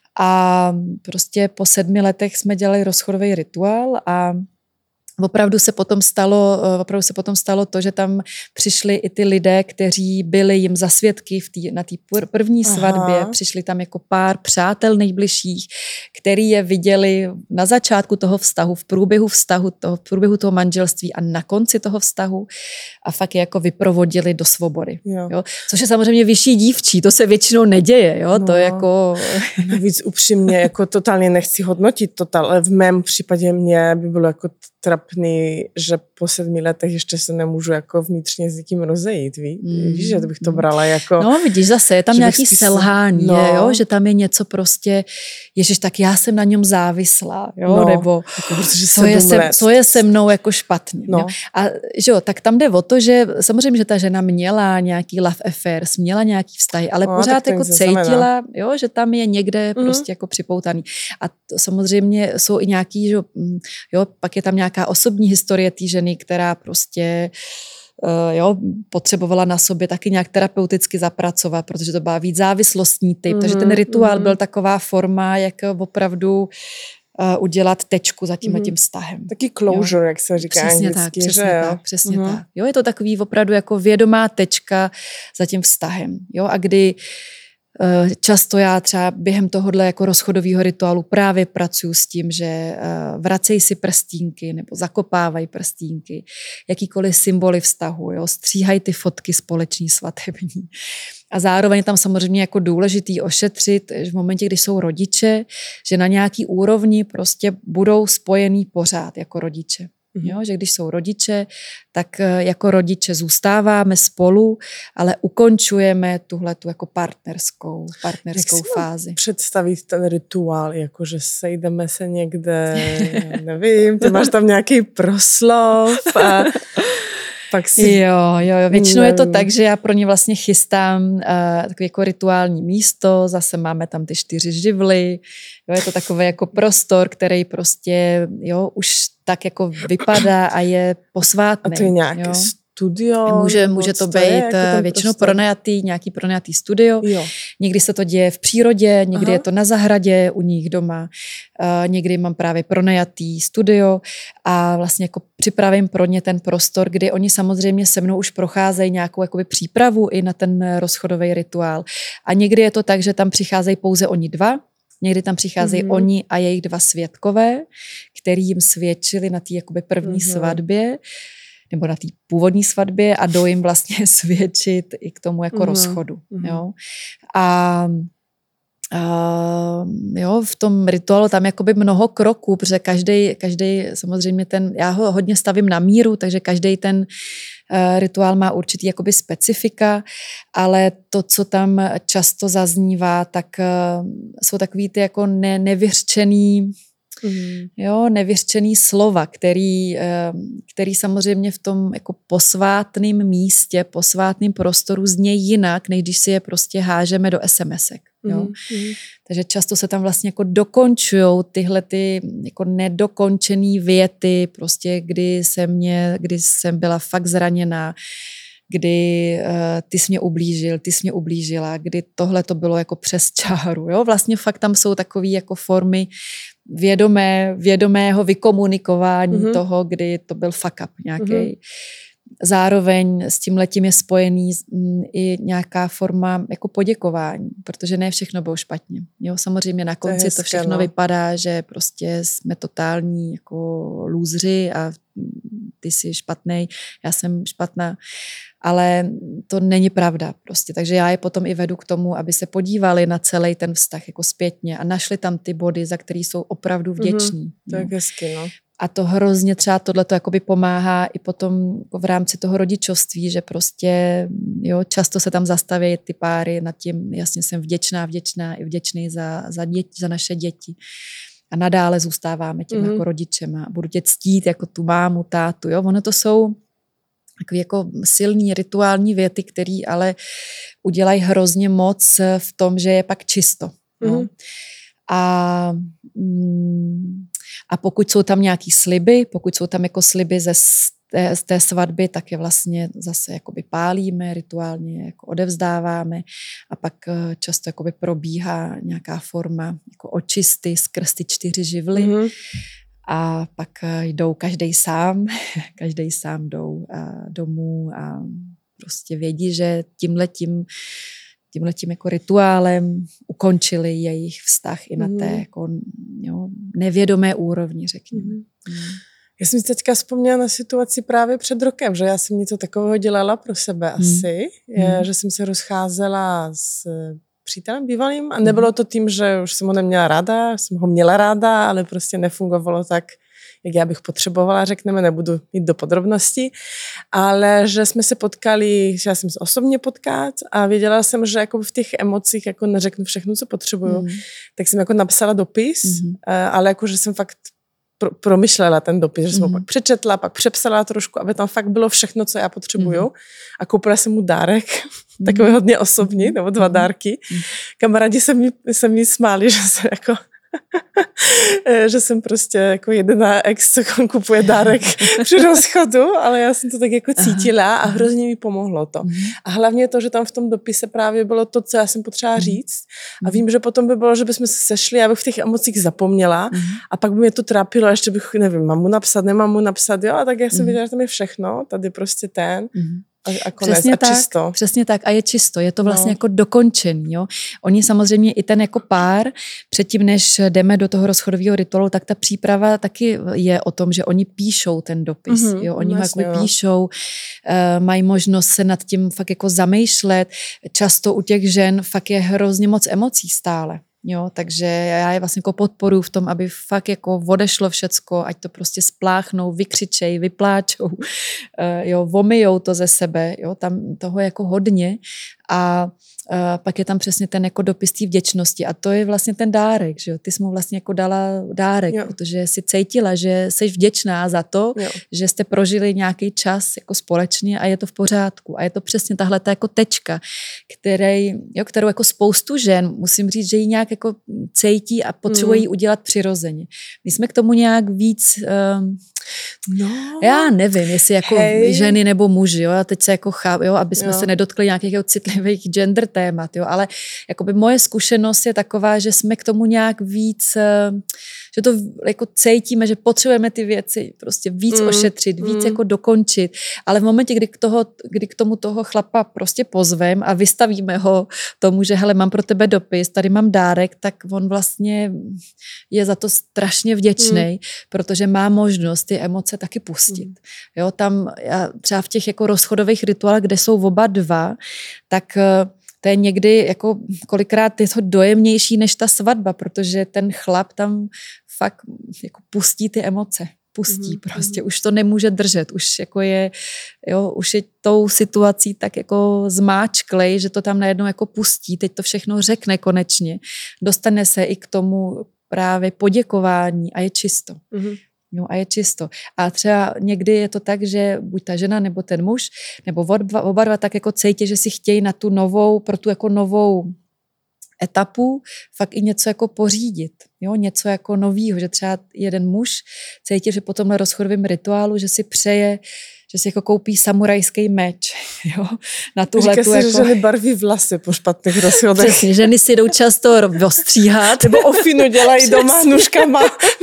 A prostě po sedmi letech jsme dělali rozchodový rituál a Opravdu se potom stalo, opravdu se potom stalo to, že tam přišli i ty lidé, kteří byli jim za svědky v tý, na té první svatbě. Aha. Přišli tam jako pár přátel nejbližších, který je viděli na začátku toho vztahu, v průběhu vztahu, toho, v průběhu toho manželství a na konci toho vztahu a fakt je jako vyprovodili do svobody. Jo. Jo? Což je samozřejmě vyšší dívčí, to se většinou neděje. Jo? No, to je jako... Navíc upřímně, jako totálně nechci hodnotit total, ale v mém případě mě by bylo jako trapný, že po sedmi letech ještě se nemůžu jako vnitřně s někým rozejít, ví? Mm. Víš, že bych to brala jako... No vidíš, zase je tam nějaký selhání, no. jo? Že tam je něco prostě, ježiš, tak já jsem na něm závislá, jo? No, nebo jako, co, je se, co je se mnou jako špatně. No. Jo? A že jo, tak tam jde o to, že samozřejmě, že ta žena měla nějaký love affairs, měla nějaký vztahy, ale no, pořád jako cítila, jo, že tam je někde mm. prostě jako připoutaný. A to samozřejmě jsou i nějaký, že jo, pak je tam nějaká osobní historie té ženy, která prostě uh, jo, potřebovala na sobě taky nějak terapeuticky zapracovat, protože to byla víc závislostní typ. Mm, takže ten rituál mm. byl taková forma, jak opravdu uh, udělat tečku za tímhle mm. tím vztahem. Taky closure, jo. Jak se říká přesně anglicky. Tak, přesně že tak, přesně mm. tak. Jo, je to takový opravdu jako vědomá tečka za tím vztahem. Jo, a kdy často já třeba během tohohle jako rozchodového rituálu právě pracuji s tím, že vracej si prstínky nebo zakopávají prstínky, jakýkoliv symboly vztahu, jo, stříhají ty fotky společný svatební. A zároveň tam samozřejmě jako důležitý ošetřit, že v momentě, kdy jsou rodiče, že na nějaký úrovni prostě budou spojený pořád jako rodiče. Mm-hmm. Jo, že když jsou rodiče, tak jako rodiče zůstáváme spolu, ale ukončujeme tuhletu jako partnerskou, partnerskou Jak fázi. Představit ten rituál, jakože sejdeme se někde, nevím, ty máš tam nějaký proslov a pak si... Jo, jo, jo. Většinou nevím. Je to tak, že já pro ně vlastně chystám uh, takové jako rituální místo, zase máme tam ty čtyři živly, jo, je to takový jako prostor, který prostě, jo, už tak jako vypadá a je posvátný. A to je nějaké jo? studio? Může, může to být jako většinou prostor? pronajatý, nějaký pronajatý studio. Jo. Někdy se to děje v přírodě, někdy Aha. je to na zahradě u nich doma. Uh, někdy mám právě pronajatý studio a vlastně jako připravím pro ně ten prostor, kdy oni samozřejmě se mnou už procházejí nějakou jakoby přípravu i na ten rozchodový rituál. A někdy je to tak, že tam přicházejí pouze oni dva, někdy tam přicházejí mm-hmm. oni a jejich dva svědkové, který jim svědčili na té jakoby první mm-hmm. svatbě, nebo na té původní svatbě a jdou jim vlastně svědčit i k tomu jako mm-hmm. rozchodu. Jo? A Uh, jo, v tom rituálu tam jakoby mnoho kroků, protože každý, každý samozřejmě ten, já ho hodně stavím na míru, takže každý ten uh, rituál má určitý jakoby specifika, ale to, co tam často zaznívá, tak uh, jsou takový ty jako ne, nevyřčený Mm. jo, nevyřčený slova, který, který samozřejmě v tom jako posvátném místě, posvátném prostoru znějí jinak, než když si je prostě hážeme do SMSek. Jo. Mm. Takže často se tam vlastně jako dokončujou tyhle ty jako nedokončený věty, prostě kdy jsem, mě, kdy jsem byla fakt zraněná, kdy uh, ty jsi mě ublížil, ty jsi mě ublížila, kdy tohle to bylo jako přes čáru. Jo? Vlastně fakt tam jsou takové jako formy vědomé, vědomého vykomunikování mm-hmm. toho, kdy to byl fuck up nějaký. Mm-hmm. Zároveň s tímhletím je spojený m, i nějaká forma jako poděkování, protože ne všechno bylo špatně. Jo? Samozřejmě na konci to, hezké, to všechno no. vypadá, že prostě jsme totální jako lůzři a ty jsi špatnej, já jsem špatná, ale to není pravda prostě. Takže já je potom i vedu k tomu, aby se podívali na celý ten vztah jako zpětně a našli tam ty body, za který jsou opravdu vděční. Mm-hmm, to je hezky, no. A to hrozně třeba tohleto jakoby pomáhá i potom jako v rámci toho rodičovství, že prostě jo, často se tam zastaví ty páry nad tím, jasně jsem vděčná, vděčná i vděčný za, za, děti, za naše děti. A nadále zůstáváme těm mm-hmm. jako rodičema. Budu tě ctít jako tu mámu, tátu. Jo? Ono to jsou takové jako silný rituální věty, které ale udělají hrozně moc v tom, že je pak čisto. Mm-hmm. No? A, a pokud jsou tam nějaký sliby, pokud jsou tam jako sliby ze té, z té svatby, tak je vlastně zase jakoby pálíme, rituálně jako odevzdáváme a pak často jakoby probíhá nějaká forma jako očisty skrz ty čtyři živly. Mm-hmm. A pak jdou každej sám, každej sám jdou domů a prostě vědí, že tímhletím tímhletím jako rituálem ukončili jejich vztah i na té jako, jo, nevědomé úrovni, řekněme. Mm. Já jsem si teďka vzpomněla na situaci právě před rokem, že já jsem něco takového dělala pro sebe mm. asi, je, mm. že jsem se rozcházela s přítelem bývalým a nebylo to tím, že už jsem ho neměla ráda, jsem ho měla ráda, ale prostě nefungovalo tak, jak já bych potřebovala, řekneme, nebudu jít do podrobností, ale že jsme se potkali, že já jsem se osobně potkat a věděla jsem, že jako v těch emocích jako neřeknu všechno, co potřebuju, mm. tak jsem jako napsala dopis, mm. ale jako, že jsem fakt pro, promyšlela ten dopis, že jsem mm. ho pak přečetla, pak přepsala trošku, aby tam fakt bylo všechno, co já potřebuju mm. a koupila jsem mu dárek, mm. takový hodně osobní, nebo dva dárky. Mm. Kamarádi se mi, se mi smáli, že se jako že jsem prostě jako jediná ex, co kupuje dárek při rozchodu, ale já jsem to tak jako cítila a hrozně mi pomohlo to. A hlavně to, že tam v tom dopise právě bylo to, co já jsem potřeba říct a vím, že potom by bylo, že bychom se sešli, já bych v těch emocích zapomněla a pak by mě to trápilo, ještě bych, nevím, mám mu napsat, nemám mu napsat, jo, a tak já jsem věděla, že tam je všechno, tady prostě ten a, a konec přesně a tak, čisto. Přesně tak a je čisto, je to vlastně no. jako dokončený. Jo? Oni samozřejmě i ten jako pár, předtím než jdeme do toho rozchodového rituálu, tak ta příprava taky je o tom, že oni píšou ten dopis. Mm-hmm, jo? Oni vlastně, ho jako píšou, uh, mají možnost se nad tím fakt jako zamýšlet. Často u těch žen fakt je hrozně moc emocí stále. Jo, takže já je vlastně jako podporuji v tom, aby fakt jako odešlo všecko, ať to prostě spláchnou, vykřičej, vypláčou, jo, vomijou to ze sebe, jo, tam toho je jako hodně a Uh, pak je tam přesně ten jako dopis té vděčnosti a to je vlastně ten dárek, že jo? Ty jsi mu vlastně jako dala dárek, jo. Protože jsi cítila, že jsi vděčná za to, jo. Že jste prožili nějaký čas jako společně a je to v pořádku a je to přesně tahle ta jako tečka, který, jo, kterou jako spoustu žen, musím říct, že ji nějak jako cítí a potřebují mm. udělat přirozeně. My jsme k tomu nějak víc um, no, já nevím, jestli jako hej. ženy nebo muži, jo, a teď se jako chápu, jo, aby jsme jo. se nedotkli nějakých jako citlivých gender témat, jo, ale jakoby moje zkušenost je taková, že jsme k tomu nějak víc, že to jako cítíme, že potřebujeme ty věci prostě víc mm, ošetřit, víc mm. jako dokončit, ale v momentě, kdy k, toho, kdy k tomu toho chlapa prostě pozvem a vystavíme ho tomu, že hele, mám pro tebe dopis, tady mám dárek, tak on vlastně je za to strašně vděčnej, mm. protože má možnost ty emoce taky pustit. Mm. Jo, tam já třeba v těch jako rozchodových rituálech, kde jsou oba dva, tak to je někdy jako kolikrát je to dojemnější než ta svatba, protože ten chlap tam fakt jako pustí ty emoce. Pustí mm. prostě, už to nemůže držet, už jako je, jo, už je tou situací tak jako zmáčklej, že to tam najednou jako pustí, teď to všechno řekne konečně, dostane se i k tomu právě poděkování a je čisto. Mm. No a je čisto. A třeba někdy je to tak, že buď ta žena nebo ten muž, nebo oba, oba dva tak jako cítí, že si chtějí na tu novou, pro tu jako novou etapu fakt i něco jako pořídit. Jo? Něco jako novýho, že třeba jeden muž cítí, že po tomhle rozchodovém rituálu, že si přeje, že si jako koupí samurajský meč. Jo? Na tuhle říká tu se, jako... že ženy barví vlasy po špatných rozchodech. Přesně, ženy si jdou často ostříhat. Nebo ofinu dělají doma nůžkama.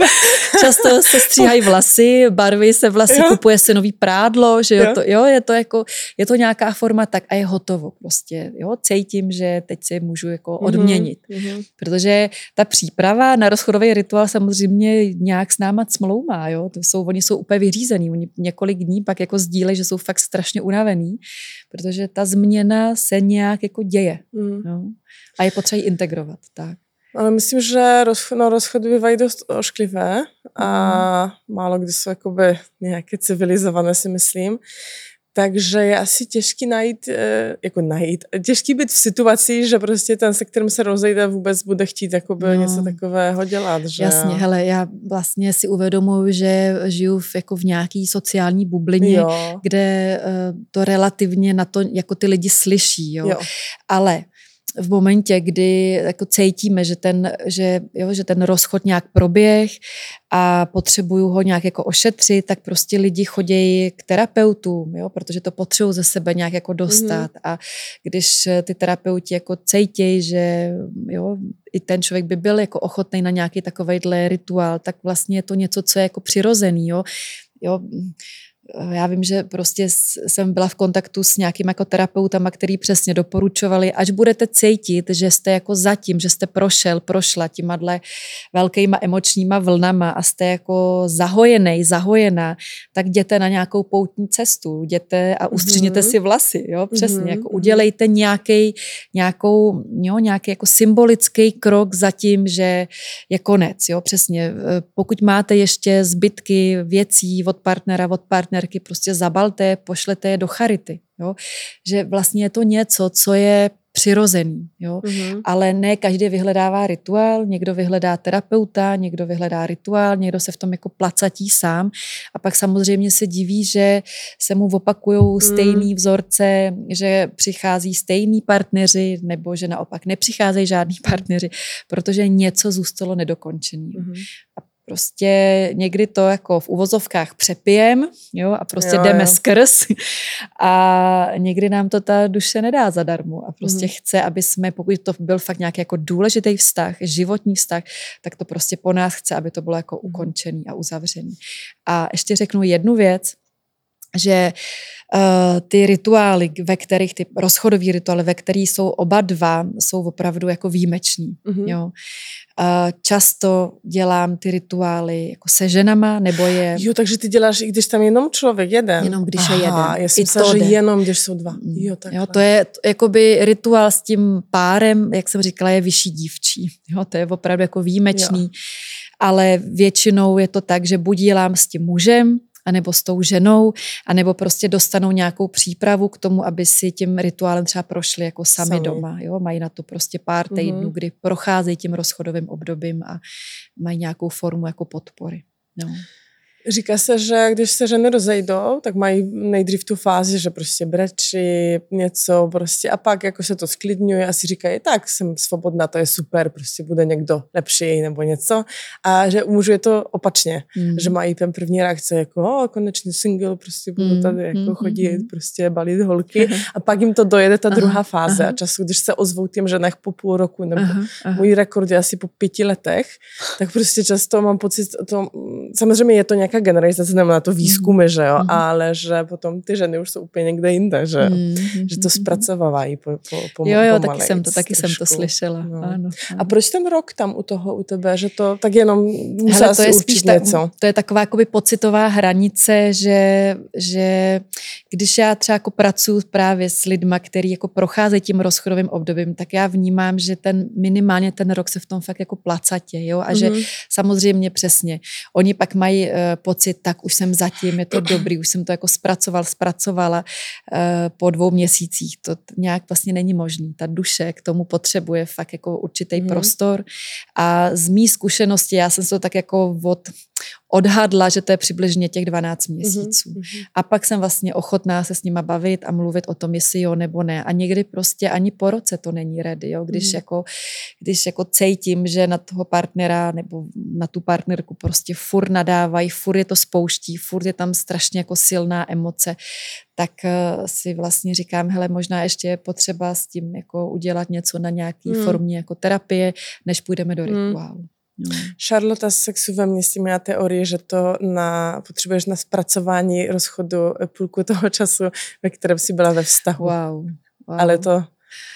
Často se stříhají vlasy, barví se vlasy, jo. Kupuje se nový prádlo, že jo, jo. To, jo, je to jako, je to nějaká forma, tak a je hotovo prostě, jo, cítím, že teď si můžu jako odměnit, mm-hmm. protože ta příprava na rozchodový rituál samozřejmě nějak s náma cmloumá, jo, to jsou, oni jsou úplně vyřízený, oni několik dní pak jako sdílejí, že jsou fakt strašně unavený, protože ta změna se nějak jako děje, mm. jo, a je potřeba ji integrovat, tak. Ale myslím, že rozchod, no, rozchody bývají dost ošklivé a mm. málo kdy jsou jakoby nějaké civilizované, si myslím. Takže je asi těžký najít, jako najít, těžký být v situaci, že prostě ten, se kterým se rozejde, vůbec bude chtít jakoby no. něco takového dělat. Že... Jasně, hele, já vlastně si uvědomuji, že žiju v, jako v nějaký sociální bublině, jo. kde uh, to relativně na to jako ty lidi slyší, jo. jo. Ale v momentě, kdy jako cítíme, že ten, že, jo, že ten rozchod nějak proběh a potřebuju ho nějak jako ošetřit, tak prostě lidi chodějí k terapeutům, jo, protože to potřebují ze sebe nějak jako dostat. Mm-hmm. A když ty terapeuti jako cítějí, že jo, i ten člověk by byl jako ochotný na nějaký takovejhle rituál, tak vlastně je to něco, co je jako přirozený, jo. jo Já vím, že prostě jsem byla v kontaktu s nějakými jako terapeutama, který přesně doporučovali, až budete cítit, že jste jako zatím, že jste prošel, prošla těma velkýma emočníma vlnama a jste jako zahojenej, zahojená, tak jděte na nějakou poutní cestu, jděte a ustřihněte mm-hmm. si vlasy, jo, přesně, mm-hmm. jako udělejte nějaký, nějakou, jo, nějaký jako symbolický krok za tím, že je konec, jo, přesně. Pokud máte ještě zbytky věcí od partnera, od partnera, prostě zabalte, pošlete je do charity. Jo? Že vlastně je to něco, co je přirozený. Jo? Mm-hmm. Ale ne každý vyhledává rituál, někdo vyhledá terapeuta, někdo vyhledá rituál, někdo se v tom jako placatí sám a pak samozřejmě se diví, že se mu opakujou stejný mm. vzorce, že přichází stejný partneři nebo že naopak nepřicházejí žádný partneři, protože něco zůstalo nedokončený. Mm-hmm. A prostě někdy to jako v uvozovkách přepijem, jo, a prostě jo, jdeme jo. skrz a někdy nám to ta duše nedá zadarmo a prostě mm. chce, aby jsme, pokud to byl fakt nějaký jako důležitý vztah, životní vztah, tak to prostě po nás chce, aby to bylo jako ukončený a uzavřený. A ještě řeknu jednu věc, že uh, ty rituály, ve kterých, ty rozchodové rituály, ve kterých jsou oba dva, jsou opravdu jako výjimeční. Mm-hmm. Jo. Uh, často dělám ty rituály jako se ženama, nebo je... Jo, takže ty děláš, i když tam jenom člověk, jeden. Jenom když Aha, je jeden. Já jsem myslela, že jenom když jsou dva. Jo, jo, to je jakoby rituál s tím párem, jak jsem říkala, je vyšší dívčí. Jo, to je opravdu jako výjimečný. Jo. Ale většinou je to tak, že buď dělám s tím mužem, anebo s tou ženou, anebo prostě dostanou nějakou přípravu k tomu, aby si tím rituálem třeba prošli jako sami, sami. doma. Jo? Mají na to prostě pár týdnů, mm-hmm. kdy procházejí tím rozchodovým obdobím a mají nějakou formu jako podpory. No. Říká se, že když se ženy rozejdou, tak mají nejdřív tu fázi, že prostě brečí něco prostě a pak jako se to sklidňuje a si říkají, tak jsem svobodná, to je super, prostě bude někdo lepší nebo něco. A že u mužů je to opačně, mm. že mají ten první reakce jako, o, konečně single, prostě budu tady jako mm. chodit, prostě balit holky a pak jim to dojede ta druhá aha, fáze aha. a času, když se ozvou těm ženách po půl roku nebo aha, aha. můj rekord je asi po pěti letech, tak prostě často mám pocit, to, samozřejmě je to nějak generalizace, nebo na to výzkumy, že jo, mm-hmm. ale že potom ty ženy už jsou úplně někde jinde, že, mm-hmm. že to zpracovávají po, po, po, jo, jo, taky jsem to, taky jsem to slyšela. No. Ano, ano. A proč ten rok tam u toho, u tebe, že to tak jenom musela Hele, to si je určit ta, něco? To je taková jakoby pocitová hranice, že, že když já třeba jako pracuji právě s lidma, který jako procházejí tím rozchodovým obdobím, tak já vnímám, že ten minimálně ten rok se v tom fakt jako placatě, jo, a mm-hmm. že samozřejmě přesně, oni pak mají uh, pocit, tak už jsem zatím, je to dobrý, už jsem to jako zpracoval, zpracovala uh, po dvou měsících. To nějak vlastně není možný. Ta duše k tomu potřebuje fakt jako určitý mm. prostor a z mý zkušenosti, já jsem se to tak jako od, odhadla, že to je přibližně těch dvanáct měsíců. Mm-hmm. A pak jsem vlastně ochotná se s nima bavit a mluvit o tom, jestli jo nebo ne. A někdy prostě ani po roce to není ready, jo? Když, mm-hmm. jako, když jako cítím, že na toho partnera nebo na tu partnerku prostě furt nadávají, furt je to spouští, furt je tam strašně jako silná emoce, tak uh, si vlastně říkám, hele, možná ještě je potřeba s tím jako udělat něco na nějaký mm. formě jako terapie, než půjdeme do rituálu. Mm. No. Charlotte z Sexu ve městě měla teorii, že to na, potřebuješ na zpracování rozchodu půlku toho času, ve kterém jsi byla ve vztahu. Wow. wow. Ale to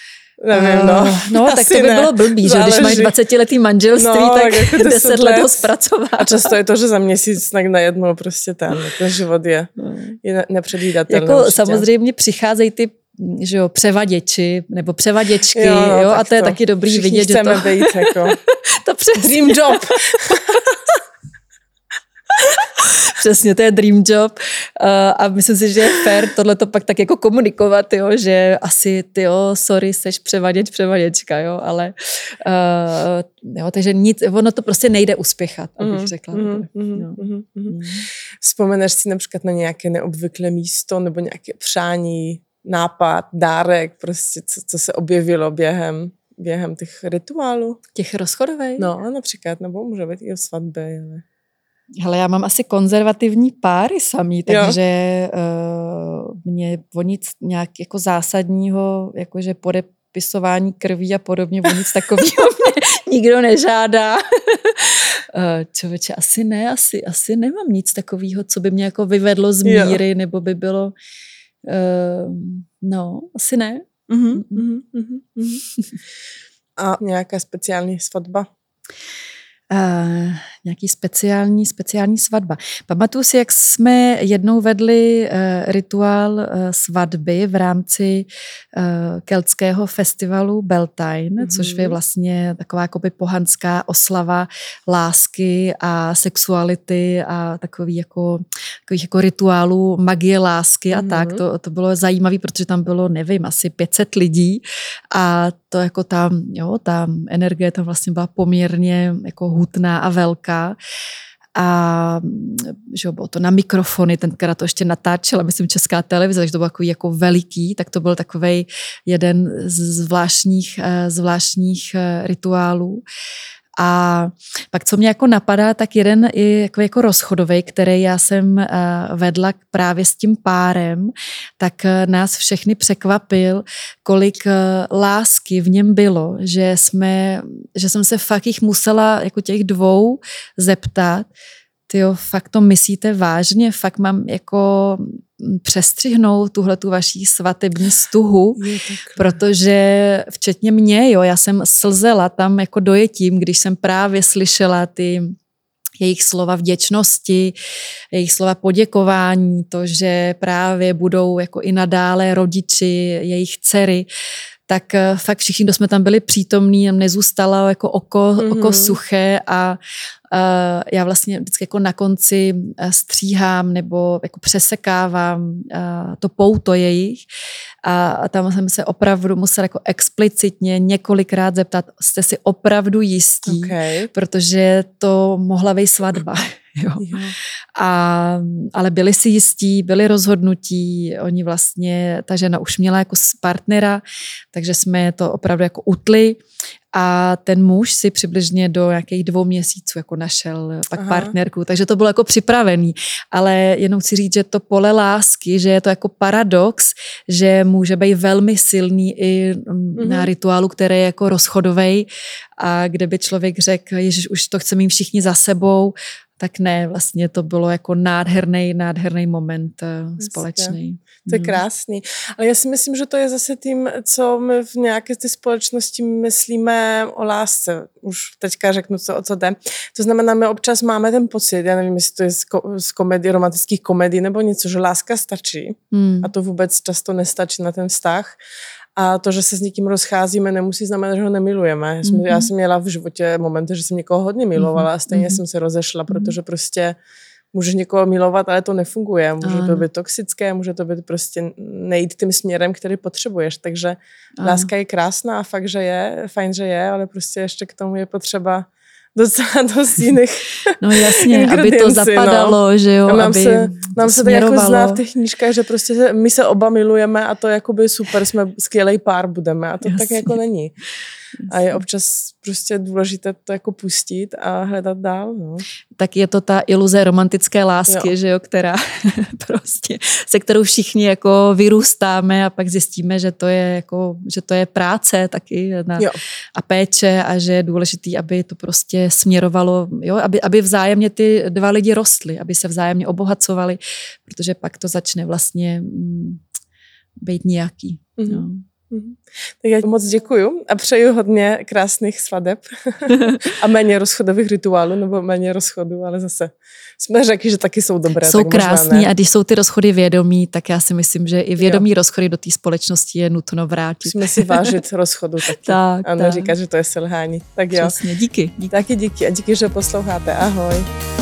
nevím, no. Uh, no, tak to by ne. bylo blbý, že když máš dvacetiletý manželství, no, tak jako deset let ho zpracovat. A často je to, že za měsíc tak najednou prostě ten, ten život je, je nepředvídatelný. Jako samozřejmě přicházejí ty že jo, převaděči nebo převaděčky, jo, no, jo a to je to. Taky dobrý Všichni vidět, že to... chceme být jako to přesně. Dream job. Přesně, to je dream job uh, a myslím si, že je fér tohleto pak tak jako komunikovat, jo, že asi ty jo, sorry, seš převaděč, převaděčka, jo, ale uh, jo, takže nic, ono to prostě nejde uspěchat, abych mm, řekla. Mm, mm, no. mm, mm. Vzpomeneš si například na nějaké neobvyklé místo nebo nějaké přání, nápad, dárek, prostě co, co se objevilo během, během těch rituálů? Těch rozchodových? No, například, nebo může být i o svatbě, ale... Hele, já mám asi konzervativní páry samý, takže uh, mě o nic nějak jako zásadního, jakože podepisování krví a podobně, o nic takového mě nikdo nežádá. uh, člověče, asi ne, asi, asi nemám nic takového, co by mě jako vyvedlo z míry, jo. nebo by bylo, uh, no, asi ne. Uh-huh, uh-huh, uh-huh. A nějaká speciální svatba? Uh, nějaký speciální, speciální svatba. Pamatuju si, jak jsme jednou vedli uh, rituál uh, svatby v rámci uh, keltského festivalu Beltane, mm-hmm. což je vlastně taková jakoby pohanská oslava lásky a sexuality a takový jako, takových jako rituálů magie lásky a mm-hmm. tak. To, to bylo zajímavé, protože tam bylo, nevím, asi pět set lidí a to jako tam, jo, ta energie tam vlastně byla poměrně jako hutná a velká. A že bylo to na mikrofony, tenkrát to ještě natáčela, myslím, Česká televize, takže to bylo takový jako veliký, tak to byl takovej jeden z zvláštních, zvláštních rituálů. A pak, co mě jako napadá, tak jeden i jako, jako rozchodový, který já jsem vedla právě s tím párem, tak nás všechny překvapil, kolik lásky v něm bylo, že jsme, že jsem se fakt jich musela jako těch dvou zeptat, tyjo, fakt to myslíte vážně, fakt mám jako přestřihnout tuhletu vaší svatební stuhu, protože včetně mě, jo, já jsem slzela tam jako dojetím, když jsem právě slyšela ty jejich slova vděčnosti, jejich slova poděkování, to, že právě budou jako i nadále rodiči, jejich dcery, tak fakt všichni, kdo jsme tam byli přítomní, nezůstalo jako oko, mm-hmm. oko suché a uh, já vlastně vždycky jako na konci stříhám nebo jako přesekávám uh, to pouto jejich a, a tam jsem se opravdu musela jako explicitně několikrát zeptat, jste si opravdu jistí, okay. protože to mohla být svatba. Jo. Jo. A, ale byli si jistí, byli rozhodnutí, oni vlastně, ta žena už měla jako partnera, takže jsme to opravdu jako utli a ten muž si přibližně do nějakých dvou měsíců jako našel pak Aha. partnerku, takže to bylo jako připravený, ale jenom chci říct, že to pole lásky, že je to jako paradox, že může být velmi silný i mm-hmm. na rituálu, který je jako rozchodovej a kde by člověk řekl, ježiš, už to chceme mít všichni za sebou, tak ne, vlastně to bylo jako nádherný, nádherný moment uh, společný. To je krásný. Ale já si myslím, že to je zase tím, co my v nějaké té společnosti myslíme o lásce. Už teďka řeknu, co, o co jde. To znamená, my občas máme ten pocit, já nevím, jestli to je z, ko- z komedii, romantických komedí nebo něco, že láska stačí hmm. a to vůbec často nestačí na ten vztah. A to, že se s někým rozcházíme, nemusí znamenat, že ho nemilujeme. Já jsem, mm-hmm. já jsem měla v životě momenty, že jsem někoho hodně milovala a stejně mm-hmm. jsem se rozešla, protože prostě můžeš někoho milovat, ale to nefunguje. Může ano. to být toxické, může to být prostě nejít tím směrem, který potřebuješ. Takže ano. láska je krásná a fakt, že je, fajn, že je, ale prostě ještě k tomu je potřeba docela dost jiných No jasně, aby to zapadalo, no. že jo, nám aby se, nám se tak jako zná v těch knížkách, že prostě my se oba milujeme a to jakoby super, jsme skvělej pár budeme a to jasně. tak jako není. Jasně. A je občas prostě důležité to jako pustit a hledat dál. No. Tak je to ta iluze romantické lásky, jo. že jo, která prostě, se kterou všichni jako vyrůstáme a pak zjistíme, že to je jako, že to je práce taky na, a péče a že je důležitý, aby to prostě směrovalo, jo, aby, aby vzájemně ty dva lidi rostly, aby se vzájemně obohacovali, protože pak to začne vlastně mm, být nějaký. Mm-hmm. No. Mm-hmm. Tak já moc děkuju a přeju hodně krásných svadeb a méně rozchodových rituálů, nebo méně rozchodů, ale zase jsme řekli, že taky jsou dobré. Jsou krásný a když jsou ty rozchody vědomí, tak já si myslím, že i vědomí jo. rozchody do té společnosti je nutno vrátit. Musíme si vážit rozchodu taky tak, a neříkat, že to je selhání. Tak jo. Přesně, díky, díky. Taky díky a díky, že posloucháte. Ahoj.